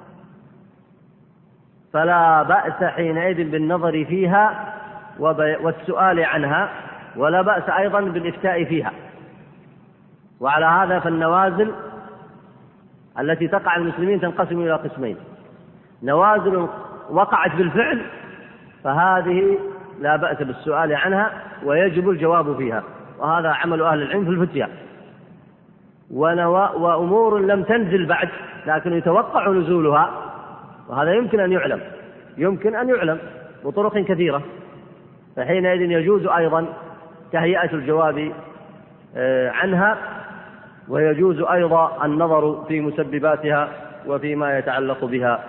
فلا بأس حينئذ بالنظر فيها والسؤال عنها، ولا بأس أيضا بالإفتاء فيها. وعلى هذا فالنوازل التي تقع المسلمين تنقسم إلى قسمين: نوازل وقعت بالفعل فهذه لا بأس بالسؤال عنها ويجب الجواب فيها، وهذا عمل أهل العلم في الفتيا. وأمور لم تنزل بعد لكن يتوقع نزولها، وهذا يمكن أن يعلم بطرق كثيرة، فحينئذ يجوز أيضا تهيئة الجواب عنها، ويجوز أيضا النظر في مسبباتها وفيما يتعلق بها.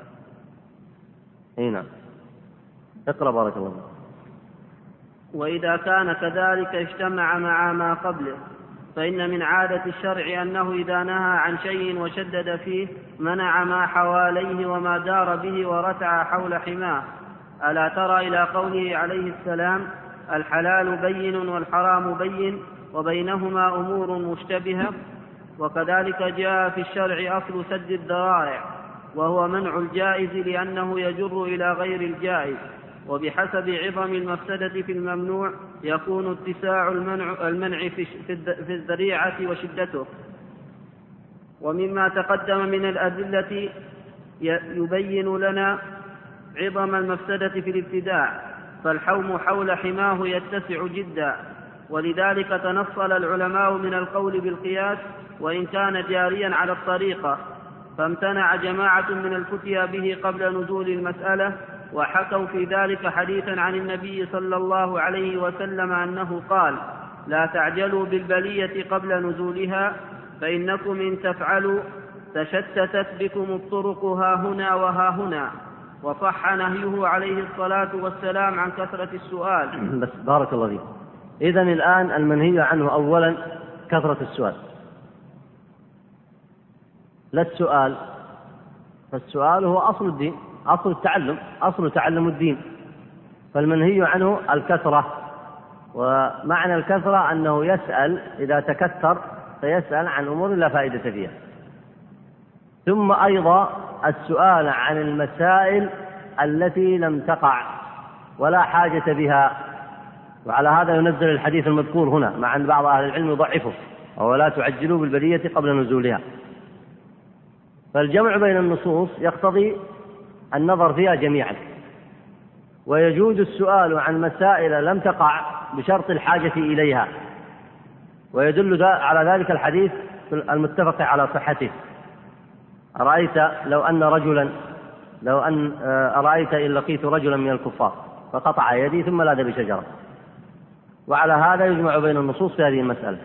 هنا اقرأ بارك الله. وإذا كان كذلك اجتمع مع ما قبله، فإن من عادة الشرع أنه إذا نهى عن شيء وشدد فيه منع ما حواليه وما دار به ورتع حول حماه. ألا ترى إلى قوله عليه السلام الحلال بين والحرام بين وبينهما أمور مشتبهة. وكذلك جاء في الشرع أصل سد الذرائع، وهو منع الجائز لأنه يجر إلى غير الجائز، وبحسب عظم المفسدة في الممنوع يكون اتساع المنع في الذريعة وشدته. ومما تقدم من الأدلة يبين لنا عظم المفسدة في الابتداع، فالحوم حول حماه يتسع جدا، ولذلك تنصل العلماء من القول بالقياس وإن كان جاريا على الطريقة، فامتنع جماعة من الفتيا به قبل نزول المسألة، وحكوا في ذلك حديثا عن النبي صلى الله عليه وسلم أنه قال لا تعجلوا بالبلية قبل نزولها، فإنكم إن تفعلوا تشتتت بكم الطرق ها هنا وها هنا. وصح نهيه عليه الصلاة والسلام عن كثرة السؤال. بس بارك الله فيك. إذن الآن المنهي عنه أولا كثرة السؤال لا السؤال، فالسؤال هو أصل الدين، أصل التعلم، أصل تعلم الدين، فالمنهي عنه الكثرة. ومعنى الكثرة أنه يسأل إذا تكثر فيسأل عن أمور لا فائدة فيها. ثم أيضا السؤال عن المسائل التي لم تقع ولا حاجة بها، وعلى هذا ينزل الحديث المذكور هنا، مع أن بعض أهل العلم يضعفه، ولا تعجلوا بالبلية قبل نزولها. فالجمع بين النصوص يقتضي النظر فيها جميعا، ويجوز السؤال عن مسائل لم تقع بشرط الحاجة إليها، ويدل على ذلك الحديث المتفق على صحته: أرأيت أرأيت إن لقيت رجلا من الكفار فقطع يدي ثم لاذ بشجرة. وعلى هذا يجمع بين النصوص في هذه المسألة.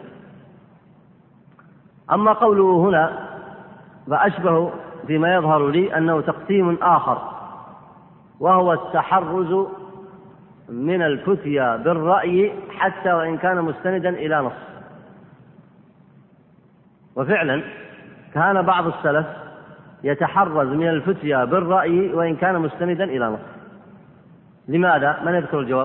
أما قوله هنا فأشبه فيما يظهر لي أنه تقسيم آخر، وهو التحرز من الفتيا بالرأي حتى وإن كان مستندا إلى نص. وفعلا كان بعض السلف يتحرز من الفتيا بالرأي وإن كان مستندا إلى نص. لماذا؟ من يذكر الجواب؟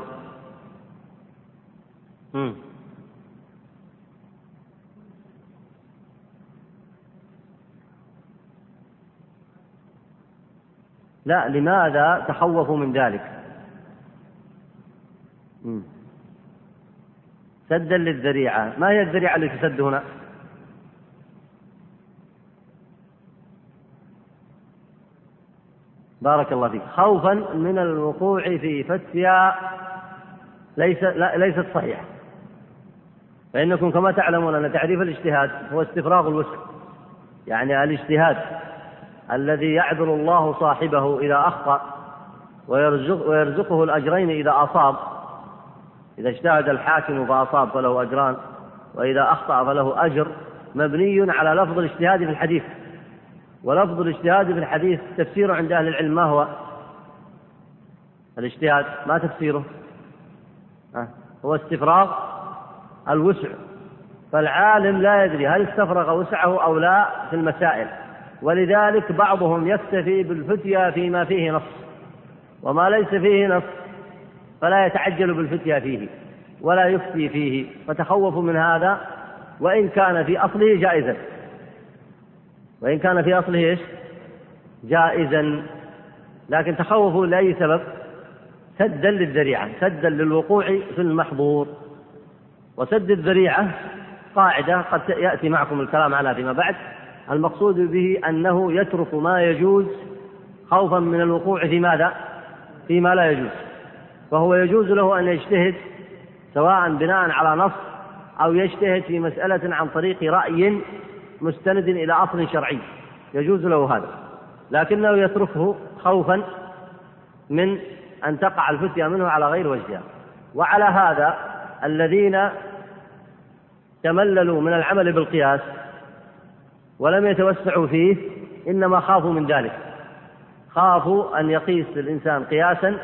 لا، لماذا تخوفوا من ذلك؟ سدا للذريعة. ما هي الذريعة التي تسد هنا؟ بارك الله فيك، خوفا من الوقوع في فتيا ليست صحيحة. فإنكم كما تعلمون أن تعريف الاجتهاد هو استفراغ الوسع، يعني الاجتهاد الذي يعذر الله صاحبه إذا أخطأ ويرزقه الأجرين إذا أصاب. إذا اجتهد الحاكم فأصاب فله أجران، وإذا أخطأ فله أجر، مبني على لفظ الاجتهاد في الحديث. ولفظ الاجتهاد في الحديث تفسيره عند أهل العلم ما هو؟ الاجتهاد ما تفسيره؟ هو استفراغ الوسع. فالعالم لا يدري هل استفرغ وسعه أو لا في المسائل، ولذلك بعضهم يكتفي بالفتيا فيما فيه نص، وما ليس فيه نص فلا يتعجل بالفتيا فيه ولا يفتي فيه، فتخوفوا من هذا، وإن كان في أصله جائزا، وإن كان في أصله جائزا، لكن تخوفوا لأي سبب؟ سدا للذريعة، سدا للوقوع في المحظور. وسد الذريعة قاعدة قد يأتي معكم الكلام عنها فيما بعد، المقصود به أنه يترك ما يجوز خوفا من الوقوع في ماذا؟ فيما لا يجوز. فهو يجوز له أن يجتهد سواء بناء على نص أو يجتهد في مسألة عن طريق رأي مستند إلى أصل شرعي، يجوز له هذا، لكنه يتركه خوفا من أن تقع الفتيا منه على غير وجهها. وعلى هذا الذين تمللوا من العمل بالقياس ولم يتوسعوا فيه إنما خافوا من ذلك، خافوا أن يقيس الإنسان قياسا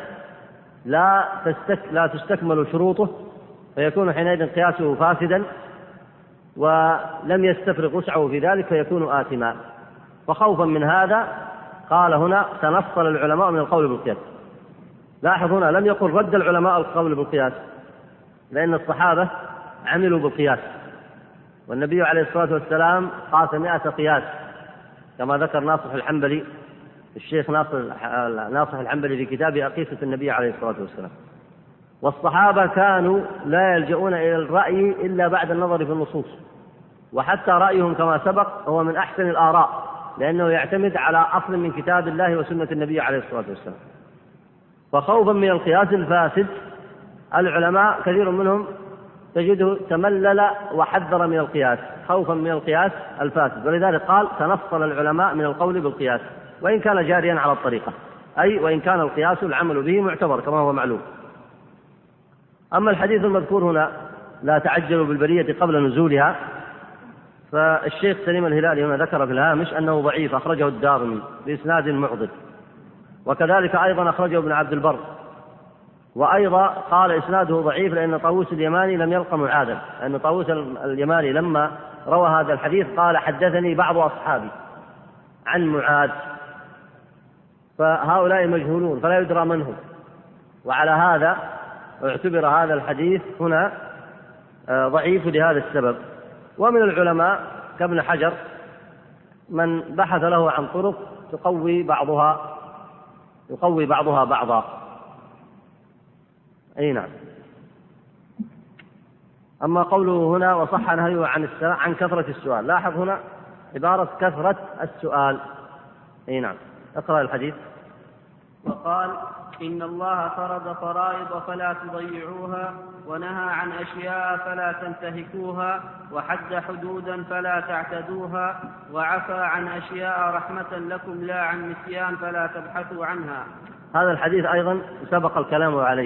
لا تستكمل شروطه، فيكون حينئذ قياسه فاسدا، ولم يستفرغ وسعه في ذلك فيكون آثما. فخوفا من هذا قال هنا تنصل العلماء من القول بالقياس. لاحظ هنا لم يقل رد العلماء القول بالقياس، لأن الصحابة عملوا بالقياس، والنبي عليه الصلاة والسلام قاس 100 قياس كما ذكر ناصح الحنبلي، الشيخ ناصح الحنبلي في كتابه أقيسة النبي عليه الصلاة والسلام. والصحابة كانوا لا يلجؤون إلى الرأي إلا بعد النظر في النصوص، وحتى رأيهم كما سبق هو من أحسن الآراء، لأنه يعتمد على أصل من كتاب الله وسنة النبي عليه الصلاة والسلام. فخوفا من القياس الفاسد العلماء كثير منهم تجده تملل وحذر من القياس خوفا من القياس الفاسد، ولذلك قال تنصل العلماء من القول بالقياس وإن كان جاريا على الطريقة، أي وإن كان القياس العمل به معتبر كما هو معلوم. أما الحديث المذكور هنا لا تعجلوا بالبرية قبل نزولها، فالشيخ سليم الهلالي هنا ذكر في الهامش أنه ضعيف، أخرجه الدارمي بإسناد معضل، وكذلك أيضا أخرجه ابن عبد البر، وأيضا قال إسناده ضعيف لأن طاووس اليماني لم يلق معاذا، لأن طاووس اليماني لما روى هذا الحديث قال حدثني بعض أصحابي عن معاذ، فهؤلاء مجهولون فلا يدرى من هم، وعلى هذا اعتبر هذا الحديث هنا ضعيف لهذا السبب. ومن العلماء كابن حجر من بحث له عن طرق يقوي بعضها بعضا. أي نعم. أما قوله هنا وصح نهيه عن كثرة السؤال، لاحظ هنا عبارة كثرة السؤال. أي نعم. اقرأ الحديث. وقال إن الله فرض فرائض فلا تضيعوها، ونهى عن أشياء فلا تنتهكوها، وحد حدودا فلا تعتدوها، وعفى عن أشياء رحمة لكم لا عن نسيان فلا تبحثوا عنها. هذا الحديث أيضا سبق الكلام عليه،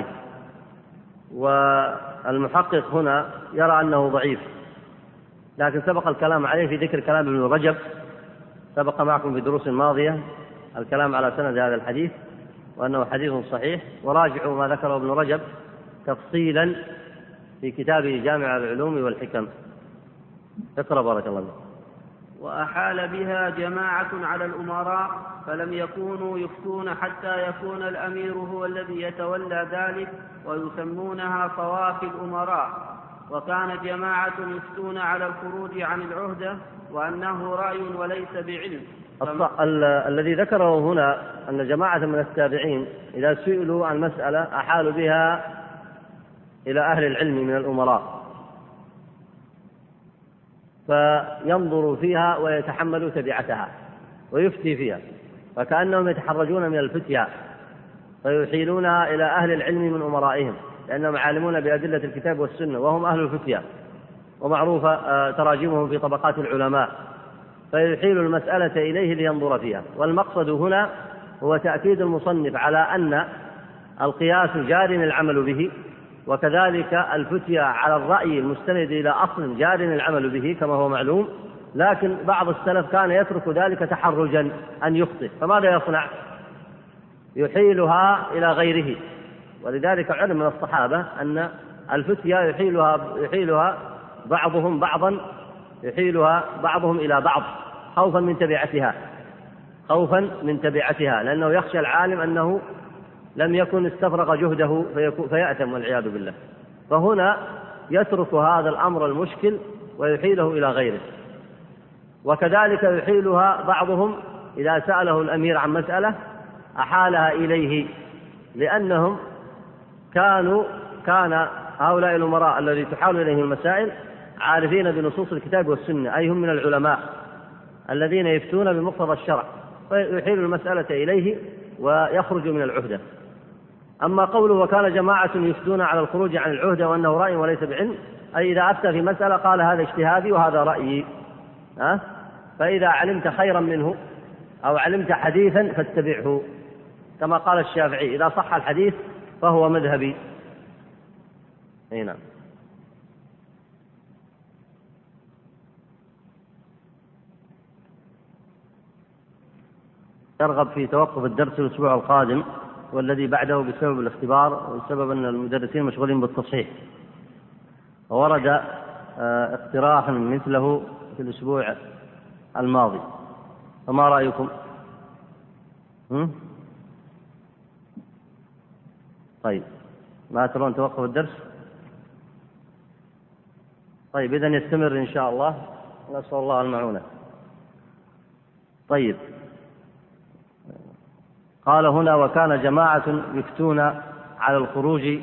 والمحقق هنا يرى أنه ضعيف، لكن سبق الكلام عليه في ذكر كلام ابن رجب، سبق معكم في دروس ماضية الكلام على سند هذا الحديث وأنه حديث صحيح، وراجعوا ما ذكره ابن رجب تفصيلا في كتابه جامع العلوم والحكم. اقرأ بارك الله. وأحال بها جماعة على الأمراء فلم يكونوا يفتون حتى يكون الأمير هو الذي يتولى ذلك، ويسمونها صواف الأمراء. وكان جماعة يفتون على الخروج عن العهدة وأنه رأي وليس بعلم. الذي ذكره هنا أن جماعة من التابعين إذا سئلوا عن مسألة أحالوا بها إلى أهل العلم من الأمراء فينظروا فيها ويتحملوا تبعتها ويفتي فيها، فكأنهم يتحرجون من الفتيا فيحيلونها إلى أهل العلم من أمرائهم، لأنهم عالمون بأدلة الكتاب والسنة وهم أهل الفتيا ومعروفة تراجمهم في طبقات العلماء، فيحيل المسألة إليه لينظر فيها. والمقصد هنا هو تأكيد المصنف على أن القياس جار العمل به، وكذلك الفتيا على الرأي المستند إلى أصل جار العمل به كما هو معلوم، لكن بعض السلف كان يترك ذلك تحرجا أن يخطئ، فماذا يصنع؟ يحيلها إلى غيره. ولذلك علم من الصحابة أن الفتيا يحيلها بعضهم بعضا، يحيلها بعضهم إلى بعض خوفا من تبعتها، لأنه يخشى العالم أنه لم يكن استفرغ جهده فيأتم والعياذ بالله. فهنا يترك هذا الأمر المشكل ويحيله إلى غيره. وكذلك يحيلها بعضهم إذا سأله الأمير عن مسألة أحالها إليه، لأنهم كان هؤلاء الأمراء الذي تحال إليهم المسائل عارفين بنصوص الكتاب والسنة، أي هم من العلماء الذين يفتون بمقتضى الشرع، فيحيل المسألة إليه ويخرج من العهدة. أما قوله وكان جماعة يفتون على الخروج عن العهدة وأنه رأي وليس بعلم، أي إذا أفتى في مسألة قال هذا اجتهادي وهذا رأيي، فإذا علمت خيرا منه أو علمت حديثا فاتبعه، كما قال الشافعي إذا صح الحديث فهو مذهبي. نعم. يرغب في توقف الدرس الأسبوع القادم والذي بعده بسبب الاختبار وبسبب أن المدرسين مشغولين بالتصحيح، وورد اقتراح مثله في الأسبوع الماضي، فما رأيكم؟ طيب، ما ترون توقف الدرس؟ طيب، إذن يستمر إن شاء الله، نسأل الله المعونة. طيب، قال هنا وكان جماعة يفتون على الخروج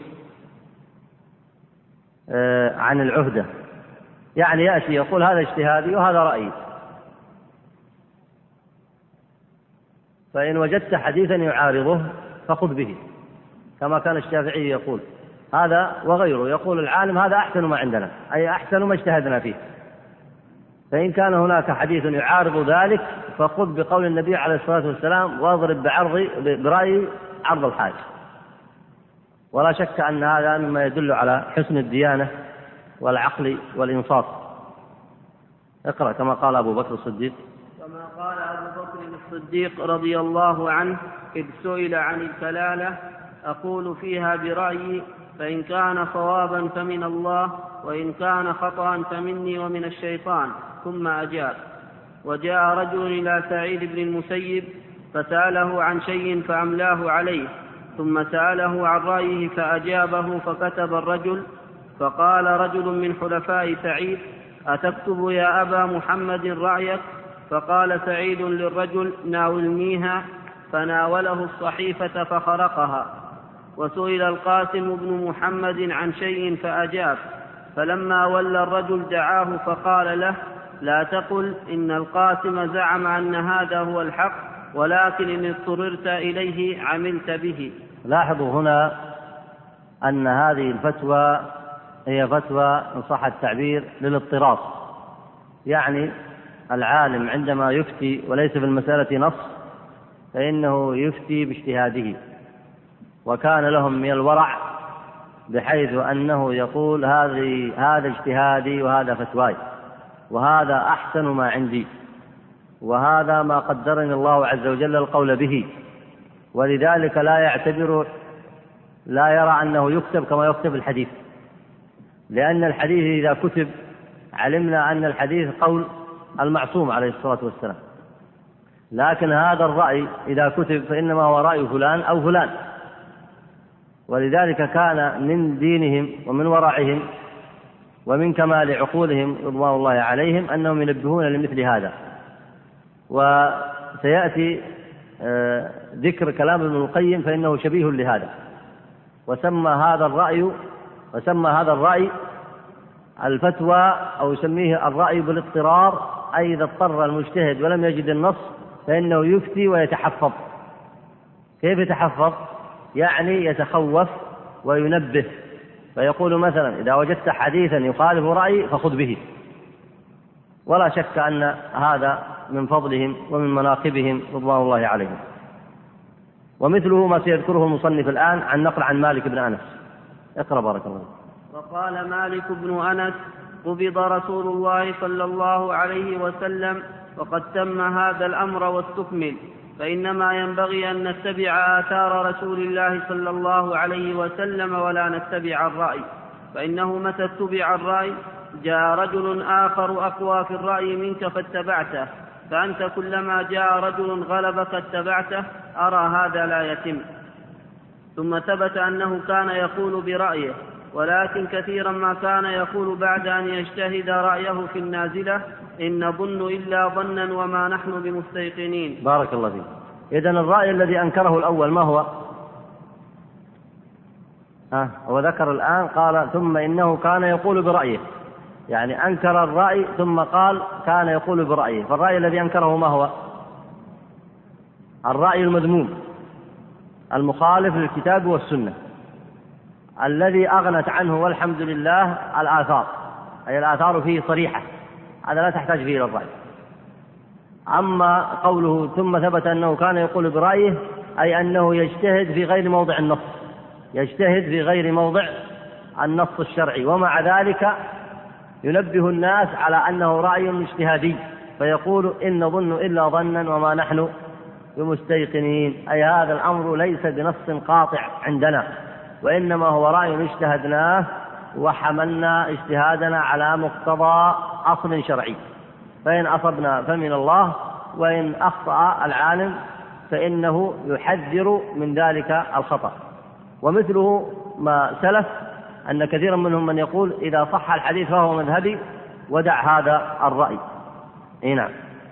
عن العهدة، يعني يأتي يقول هذا اجتهادي وهذا رأيي، فإن وجدت حديثا يعارضه فخذ به، كما كان الشافعي يقول هذا وغيره، يقول العالم هذا أحسن ما عندنا، أي أحسن ما اجتهدنا فيه، فإن كان هناك حديث يعارض ذلك فخذ بقول النبي عليه الصلاة والسلام واضرب برأي عرض الحاج. ولا شك أن هذا مما يدل على حسن الديانة والعقل والإنصاف. اقرأ كما قال أبو بكر الصديق. كما قال أبو بكر الصديق رضي الله عنه إذ سئل عن الكلالة أقول فيها برأيي، فإن كان صوابا فمن الله، وإن كان خطأ فمني ومن الشيطان، ثم أجاب. وجاء رجل إلى سعيد بن المسيب فسأله عن شيء فأملاه عليه، ثم سأله عن رأيه فأجابه، فكتب الرجل. فقال رجل من حلفاء سعيد أتكتب يا أبا محمد رأيك؟ فقال سعيد للرجل ناولنيها، فناوله الصحيفة فخرقها. وسئل القاسم بن محمد عن شيء فأجاب، فلما ولى الرجل دعاه فقال له لا تقل إن القاسم زعم أن هذا هو الحق، ولكن إن اضطررت إليه عملت به. لاحظوا هنا أن هذه الفتوى هي فتوى إن صح التعبير للاضطرار، يعني العالم عندما يفتي وليس في المسألة نص فإنه يفتي باجتهاده، وكان لهم من الورع بحيث أنه يقول هذا اجتهادي وهذا فتواي، وهذا أحسن ما عندي، وهذا ما قدرني الله عز وجل القول به. ولذلك لا يرى أنه يكتب كما يكتب الحديث، لأن الحديث إذا كتب علمنا أن الحديث قول المعصوم عليه الصلاة والسلام، لكن هذا الرأي إذا كتب فإنما هو رأي فلان أو فلان. ولذلك كان من دينهم ومن ورعهم ومن كمال عقولهم رضوان الله عليهم أنهم ينبهون لمثل هذا. وسيأتي ذكر كلام ابن القيم فإنه شبيه لهذا، وسمى هذا الرأي الفتوى، أو يسميه الرأي بالاضطرار، أي إذا اضطر المجتهد ولم يجد النص فإنه يفتي ويتحفظ. كيف يتحفظ؟ يعني يتخوف وينبه، فيقول مثلا إذا وجدت حديثا يخالف رأيي فخذ به. ولا شك أن هذا من فضلهم ومن مناقبهم رضوان الله عليهم. ومثله ما سيذكره المصنف الآن عن نقل عن مالك بن أنس. اقرأ بارك الله. وقال مالك بن أنس: قبض رسول الله صلى الله عليه وسلم وقد تم هذا الأمر واستكمل، فإنما ينبغي أن نتبع آثار رسول الله صلى الله عليه وسلم ولا نتبع الرأي، فإنه متى اتبع الرأي جاء رجل آخر أقوى في الرأي منك فاتبعته، فأنت كلما جاء رجل غلبك اتبعته. أرى هذا لا يتم. ثم ثبت أنه كان يقول برأيه، ولكن كثيرا ما كان يقول بعد أن يجتهد رأيه في النازلة: إن نظن إلا ظنا وما نحن بمستيقنين. بارك الله فيك. إذن الرأي الذي أنكره الأول ما هو؟ هو ذكر الآن قال ثم إنه كان يقول برأيه، يعني أنكر الرأي ثم قال كان يقول برأيه. فالرأي الذي أنكره ما هو؟ الرأي المذموم المخالف للكتاب والسنة، الذي أغنت عنه والحمد لله الآثار، أي الآثار فيه صريحة، هذا لا تحتاج فيه إلى الرأي. أما قوله ثم ثبت أنه كان يقول برأيه، أي أنه يجتهد في غير موضع النص، يجتهد في غير موضع النص الشرعي، ومع ذلك ينبه الناس على أنه رأي اجتهادي، فيقول إن نظن إلا ظنا وما نحن بمستيقنين، أي هذا الأمر ليس بنص قاطع عندنا، وإنما هو رأي اجتهدناه وحملنا اجتهادنا على مقتضى أصل شرعي، فإن أصبنا فمن الله، وإن أخطأ العالم فإنه يحذر من ذلك الخطأ. ومثله ما سلف أن كثيرا منهم من يقول إذا صح الحديث فهو مذهبي ودع هذا الرأي. نعم.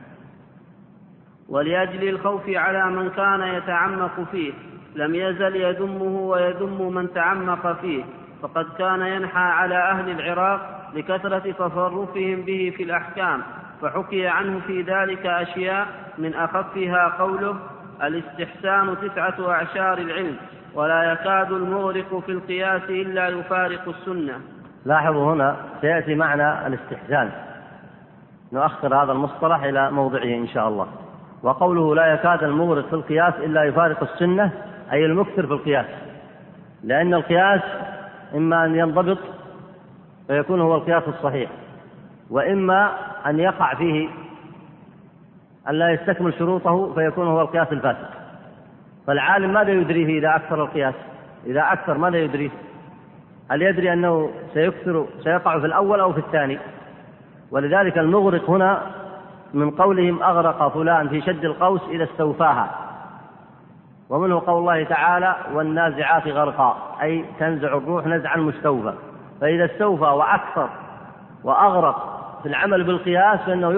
ولأجل الخوف على من كان يتعمق فيه لم يزل يذمه ويذم من تعمق فيه، فقد كان ينحى على أهل العراق لكثرة تصرفهم به في الأحكام، فحكي عنه في ذلك أشياء من أخفها قوله: الاستحسان 9 أعشار العلم، ولا يكاد المغرق في القياس إلا يفارق السنة. لاحظوا هنا سيأتي معنى الاستحسان، نؤخر هذا المصطلح إلى موضعه إن شاء الله. وقوله لا يكاد المغرق في القياس إلا يفارق السنة، أي المكثر في القياس، لأن القياس إما أن ينضبط فيكون هو القياس الصحيح، وإما أن يقع فيه أن لا يستكمل شروطه فيكون هو القياس الفاسد. فالعالم ماذا يدريه إذا أكثر القياس؟ إذا أكثر ماذا يدريه؟ هل يدري أنه سيقع في الأول أو في الثاني؟ ولذلك المغرق هنا من قولهم أغرق فلان في شد القوس إذا استوفاها، ومنه قول الله تعالى والنازعات غرقا، أي تنزع الروح نزعا مستوفى. فإذا استوفى وأكثر وأغرق في العمل بالقياس فإنه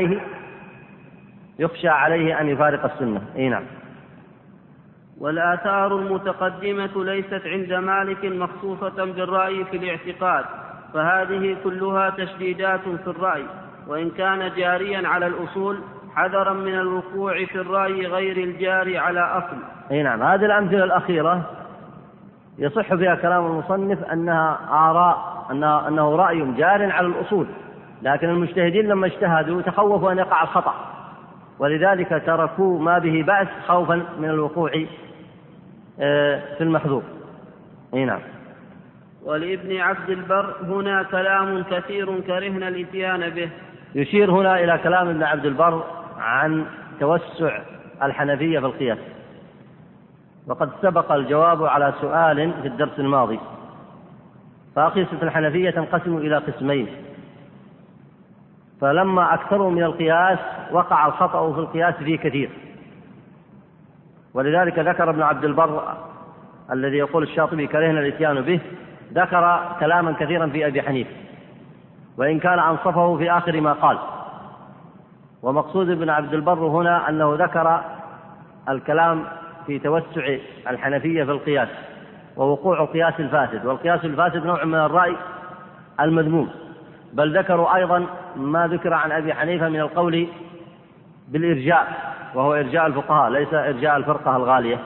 يخشى عليه أن يفارق السنة. نعم. والآثار المتقدمة ليست عند مالك مخصوصة بالرأي في الاعتقاد، فهذه كلها تشديدات في الرأي، وإن كان جاريا على الأصول حذرا من الوقوع في الرأي غير الجاري على أصل. نعم. هذه الأمثلة الأخيرة يصح بها كلام المصنف أنها آراء، أنه رأي جار على الأصول، لكن المجتهدين لما اجتهدوا تخوفوا أن يقع الخطأ، ولذلك تركوا ما به بأس خوفا من الوقوع في المحذور. نعم. ولابن عبد البر هنا كلام كثير كرهنا الاتيان به. يشير هنا إلى كلام ابن عبد البر عن توسع الحنفية في القياس، وقد سبق الجواب على سؤال في الدرس الماضي. فأقيسة الحنفية تنقسم إلى قسمين، فلما أكثروا من القياس وقع الخطأ في القياس فيه كثير، ولذلك ذكر ابن عبد البر الذي يقول الشاطبي كرهنا الاتيان به، ذكر كلاما كثيرا في أبي حنيفة، وإن كان أنصفه في آخر ما قال. ومقصود ابن عبد البر هنا أنه ذكر الكلام في توسع الحنفية في القياس ووقوع القياس الفاسد، والقياس الفاسد نوع من الرأي المذموم. بل ذكروا أيضا ما ذكر عن أبي حنيفة من القول بالإرجاء، وهو إرجاء الفقهاء ليس إرجاء الفرقة الغالية.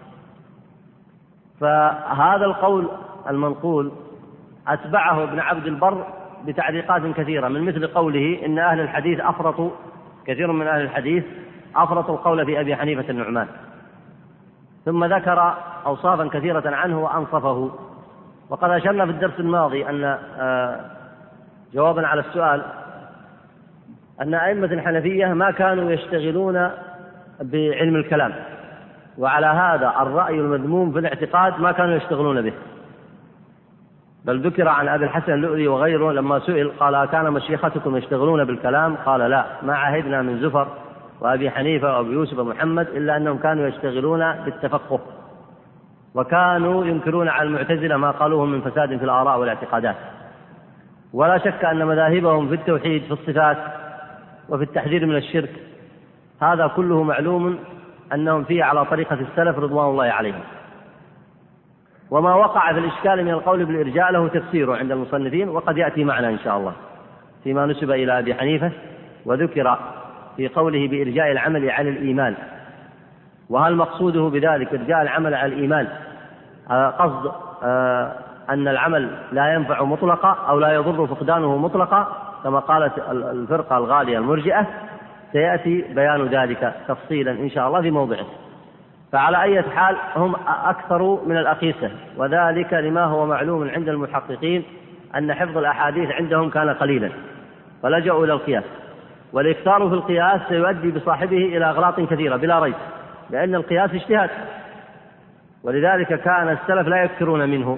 فهذا القول المنقول أتبعه ابن عبد البر بتعليقات كثيرة، من مثل قوله إن أهل الحديث أفرطوا، كثير من أهل الحديث أفرطوا القول في أبي حنيفة النعمان، ثم ذكر أوصافا كثيرة عنه وأنصفه. وقد أشرنا في الدرس الماضي أن جوابا على السؤال أن أئمة الحنفية ما كانوا يشتغلون بعلم الكلام، وعلى هذا الرأي المذموم في الاعتقاد ما كانوا يشتغلون به، بل ذكر عن أبي الحسن اللؤلؤي وغيره لما سئل قال كان مشيختكم يشتغلون بالكلام؟ قال لا، ما عهدنا من زفر وأبي حنيفة وأبي يوسف ومحمد إلا أنهم كانوا يشتغلون بالتفقه، وكانوا ينكرون على المعتزلة ما قالوه من فساد في الآراء والاعتقادات. ولا شك أن مذاهبهم في التوحيد في الصفات وفي التحذير من الشرك هذا كله معلوم أنهم فيه على طريقة السلف رضوان الله عليهم. وما وقع في الإشكال من القول بالإرجاء له تفسيره عند المصنفين، وقد يأتي معنا إن شاء الله فيما نسب إلى أبي حنيفة، وذكر في قوله بإرجاء العمل على الإيمان. وهل مقصوده بذلك إرجاء العمل على الإيمان قصد أن العمل لا ينفع مطلقا أو لا يضر فقدانه مطلقا كما قالت الفرقة الغالية المرجئة؟ سيأتي بيان ذلك تفصيلا إن شاء الله في موضعه. فعلى أي حال هم أكثر من الأقيسة، وذلك لما هو معلوم عند المحققين أن حفظ الأحاديث عندهم كان قليلا فلجأوا إلى القياس، والإكثار في القياس سيؤدي بصاحبه إلى أغلاط كثيرة بلا ريب، لأن القياس اجتهاد، ولذلك كان السلف لا يكثرون منه.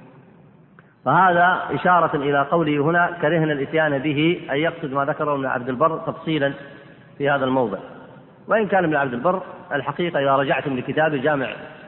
فهذا إشارة إلى قوله هنا كرهنا الإتيان به، أن يقصد ما ذكره ابن عبد البر تفصيلا في هذا الموضع. وإن كان ابن عبد البر الحقيقة إذا رجعتم لكتاب جامع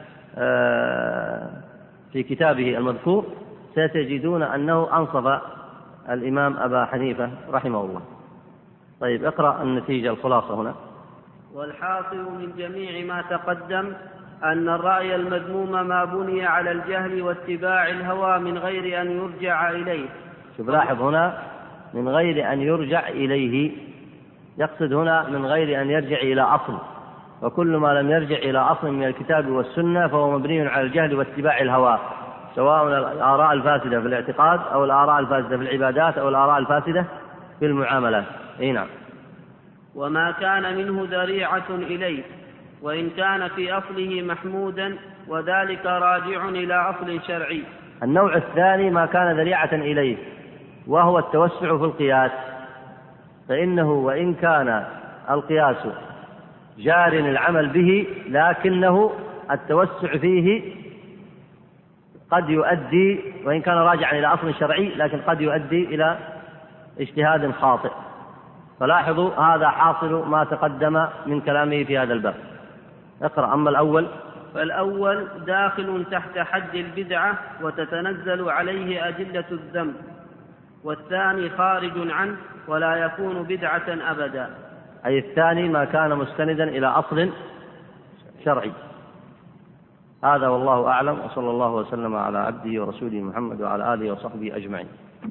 في كتابه المذكور ستجدون أنه أنصف الإمام أبا حنيفة رحمه الله. طيب اقرأ النتيجة الخلاصة هنا. والحاصل من جميع ما تقدم أن الرأي المذموم ما بني على الجهل واتباع الهوى من غير أن يرجع إليه. شوف لاحظ هنا من غير أن يرجع إليه، يقصد هنا من غير أن يرجع إلى أصل، وكل ما لم يرجع إلى أصل من الكتاب والسنة فهو مبني على الجهل واتباع الهوى، سواء الآراء الفاسدة في الاعتقاد أو الآراء الفاسدة في العبادات أو الآراء الفاسدة في المعاملات. نعم. وما كان منه ذريعة إليه وإن كان في أصله محمودا، وذلك راجع إلى أصل شرعي. النوع الثاني ما كان ذريعة إليه وهو التوسع في القياس، فإنه وإن كان القياس جار العمل به لكنه التوسع فيه قد يؤدي، وإن كان راجعا إلى أصل شرعي لكن قد يؤدي إلى اجتهاد خاطئ. فلاحظوا هذا حاصل ما تقدم من كلامه في هذا الباب. اقرأ. أما الأول فالأول داخل تحت حد البدعة وتتنزل عليه أدلة الذنب، والثاني خارج عنه ولا يكون بدعة أبدا. أي الثاني ما كان مستندا إلى أصل شرعي. هذا والله أعلم، وصلى الله وسلم على عبده ورسوله محمد وعلى آله وصحبه أجمعين.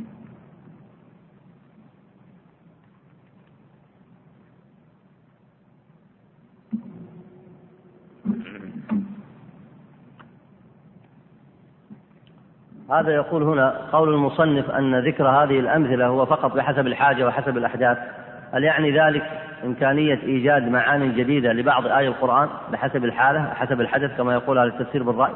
هذا يقول هنا قول المصنف أن ذكر هذه الأمثلة هو فقط بحسب الحاجة وحسب الأحداث، هل يعني ذلك إمكانية إيجاد معاني جديدة لبعض آية القرآن بحسب الحالة حسب الحدث كما يقول على التفسير بالرأي؟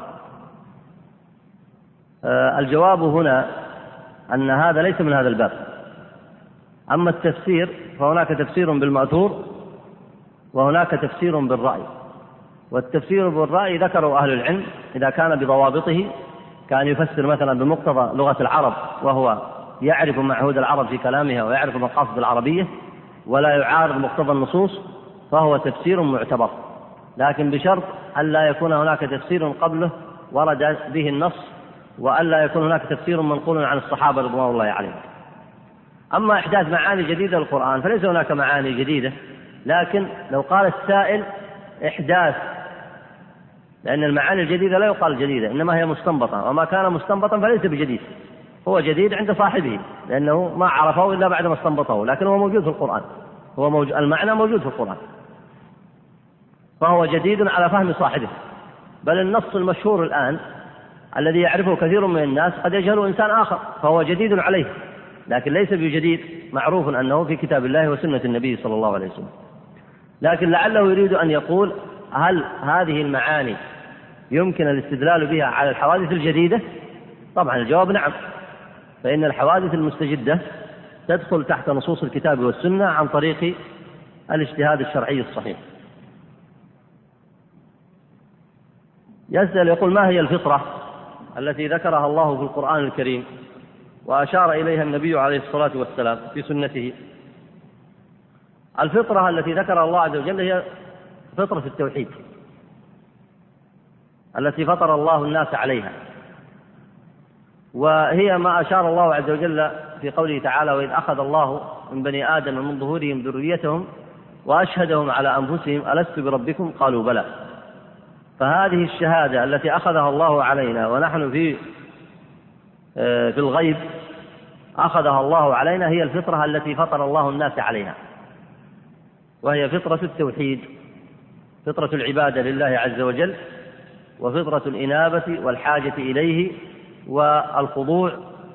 الجواب هنا أن هذا ليس من هذا الباب. أما التفسير فهناك تفسير بالمأثور وهناك تفسير بالرأي، والتفسير بالرأي ذكروا أهل العلم إذا كان بضوابطه، كان يفسر مثلا بمقتضى لغة العرب وهو يعرف معهود العرب في كلامها ويعرف مقاصد العربية ولا يعارض مقتضى النصوص، فهو تفسير معتبر، لكن بشرط ألا يكون هناك تفسير قبله ورد به النص، وألا يكون هناك تفسير منقول عن الصحابة رضوان الله عليهم. أما إحداث معاني جديدة للقرآن فليس هناك معاني جديدة، لكن لو قال السائل إحداث، لأن المعاني الجديدة لا يقال جديدة إنما هي مستنبطة، وما كان مستنبطا فليس بجديد، هو جديد عند صاحبه لأنه ما عرفه إلا بعد ما استنبطه، لكن هو موجود في القرآن. المعنى موجود في القرآن، فهو جديد على فهم صاحبه. بل النص المشهور الآن الذي يعرفه كثير من الناس قد يجهله إنسان آخر، فهو جديد عليه، لكن ليس بجديد، معروف أنه في كتاب الله وسنة النبي صلى الله عليه وسلم. لكن لعله يريد أن يقول: هل هذه المعاني يمكن الاستدلال بها على الحوادث الجديدة؟ طبعا الجواب نعم، فإن الحوادث المستجدة تدخل تحت نصوص الكتاب والسنة عن طريق الاجتهاد الشرعي الصحيح. يسأل يقول: ما هي الفطرة التي ذكرها الله في القرآن الكريم وأشار إليها النبي عليه الصلاة والسلام في سنته؟ الفطرة التي ذكرها الله عز وجل هي فطرة التوحيد التي فطر الله الناس عليها، وهي ما أشار الله عز وجل في قوله تعالى: وإذ أخذ الله من بني آدم من ظهورهم ذريتهم وأشهدهم على أنفسهم ألست بربكم قالوا بلى. فهذه الشهادة التي أخذها الله علينا ونحن في الغيب أخذها الله علينا هي الفطرة التي فطر الله الناس عليها، وهي فطرة التوحيد، فطرة العبادة لله عز وجل، وفطرة الإنابة والحاجة إليه والخضوع،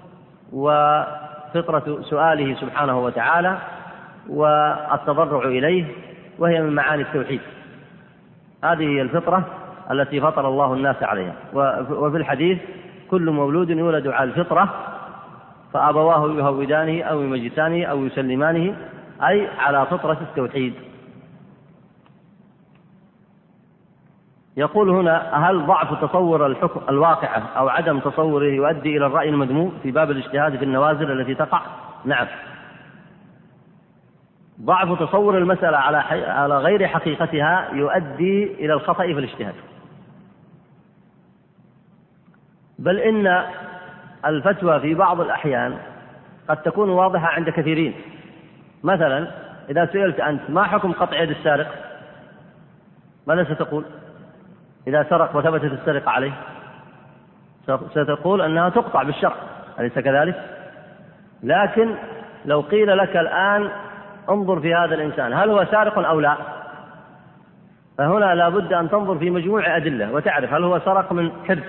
وفطرة سؤاله سبحانه وتعالى والتضرع إليه، وهي من معاني التوحيد. هذه هي الفطرة التي فطر الله الناس عليها. وفي الحديث: كل مولود يولد على الفطرة فأبواه يهودانه أو يمجسانه أو يسلمانه، أي على فطرة التوحيد. يقول هنا: هل ضعف تصور الحكم الواقعة أو عدم تصوره يؤدي إلى الرأي المذموم في باب الاجتهاد في النوازل التي تقع؟ نعم، ضعف تصور المسألة على غير حقيقتها يؤدي إلى الخطأ في الاجتهاد. بل إن الفتوى في بعض الأحيان قد تكون واضحة عند كثيرين. مثلا إذا سئلت أنت: ما حكم قطع يد السارق؟ ماذا ستقول؟ إذا سرق وثبتت السرقة عليه ستقول أنها تقطع بالشرع، أليس كذلك؟ لكن لو قيل لك الآن: انظر في هذا الإنسان، هل هو سارق أو لا؟ فهنا لا بد أن تنظر في مجموع أدلة وتعرف هل هو سرق من حرص،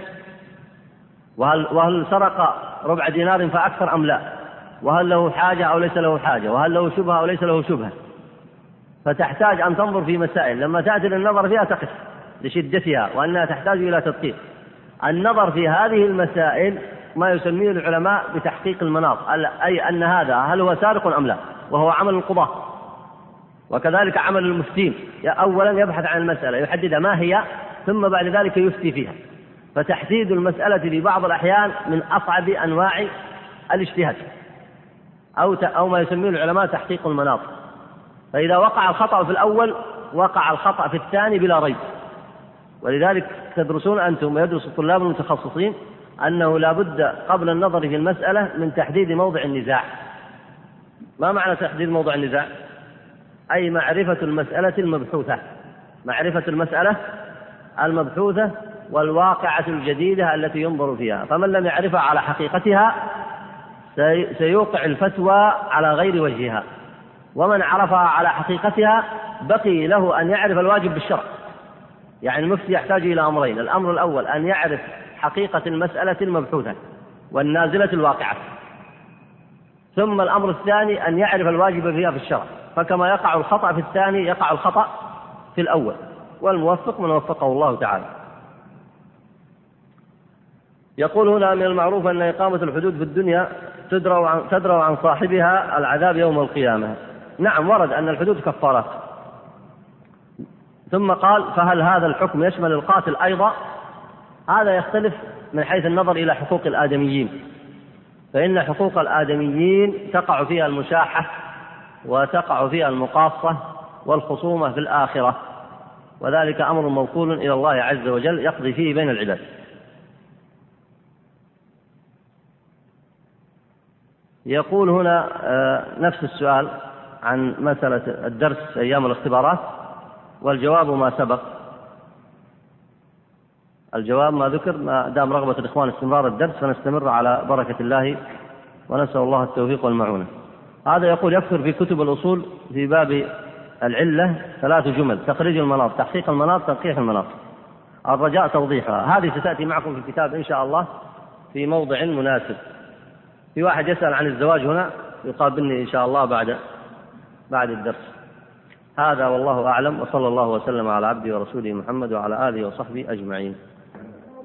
وهل سرق ربع دينار فأكثر أم لا، وهل له حاجة أو ليس له حاجة، وهل له شبهة أو ليس له شبهة. فتحتاج أن تنظر في مسائل لما تأتي للنظر فيها تقف لشدتها وأنها تحتاج إلى تدقيق. النظر في هذه المسائل ما يسميه العلماء بتحقيق المناط، أي أن هذا هل هو سارق أم لا، وهو عمل القضاة، وكذلك عمل المفتين. أولا يبحث عن المسألة يحددها ما هي، ثم بعد ذلك يفتي فيها. فتحديد المسألة في بعض الأحيان من أصعب أنواع الاجتهاد، أو ما يسميه العلماء تحقيق المناط. فإذا وقع الخطأ في الأول وقع الخطأ في الثاني بلا ريب. ولذلك تدرسون أنتم ويدرس الطلاب المتخصصين أنه لا بد قبل النظر في المسألة من تحديد موضع النزاع. ما معنى تحديد موضع النزاع؟ أي معرفة المسألة المبحوثة، معرفة المسألة المبحوثة والواقعة الجديدة التي ينظر فيها. فمن لم يعرفها على حقيقتها سيوقع الفتوى على غير وجهها، ومن عرفها على حقيقتها بقي له أن يعرف الواجب بالشرع. يعني المفتي يحتاج إلى أمرين: الأمر الأول أن يعرف حقيقة المسألة المبحوثة والنازلة الواقعة، ثم الأمر الثاني أن يعرف الواجب فيها في الشرع. فكما يقع الخطأ في الثاني يقع الخطأ في الأول، والموفق من وفقه الله تعالى. يقول هنا: من المعروف أن إقامة الحدود في الدنيا تدرأ عن صاحبها العذاب يوم القيامة. نعم، ورد أن الحدود كفارات. ثم قال: فهل هذا الحكم يشمل القاتل أيضا؟ هذا يختلف من حيث النظر إلى حقوق الآدميين، فإن حقوق الآدميين تقع فيها المشاحة وتقع فيها المقاصة والخصومة في الآخرة، وذلك أمر موكول إلى الله عز وجل يقضي فيه بين العباد. يقول هنا نفس السؤال عن مسألة الدرس أيام الاختبارات، والجواب ما سبق. الجواب ما ذكر، ما دام رغبة الإخوان استمرار الدرس فنستمر على بركة الله، ونسأل الله التوفيق والمعونة. هذا يقول يكثر في كتب الأصول في باب العلة 3 جمل: تخريج المناط، تحقيق المناط، تنقيح المناط، الرجاء توضيحها. هذه ستأتي معكم في الكتاب إن شاء الله في موضع مناسب. في واحد يسأل عن الزواج هنا، يقابلني إن شاء الله بعد الدرس. هذا والله أعلم، وصلى الله وسلم على عبده ورسوله محمد وعلى آله وصحبه أجمعين.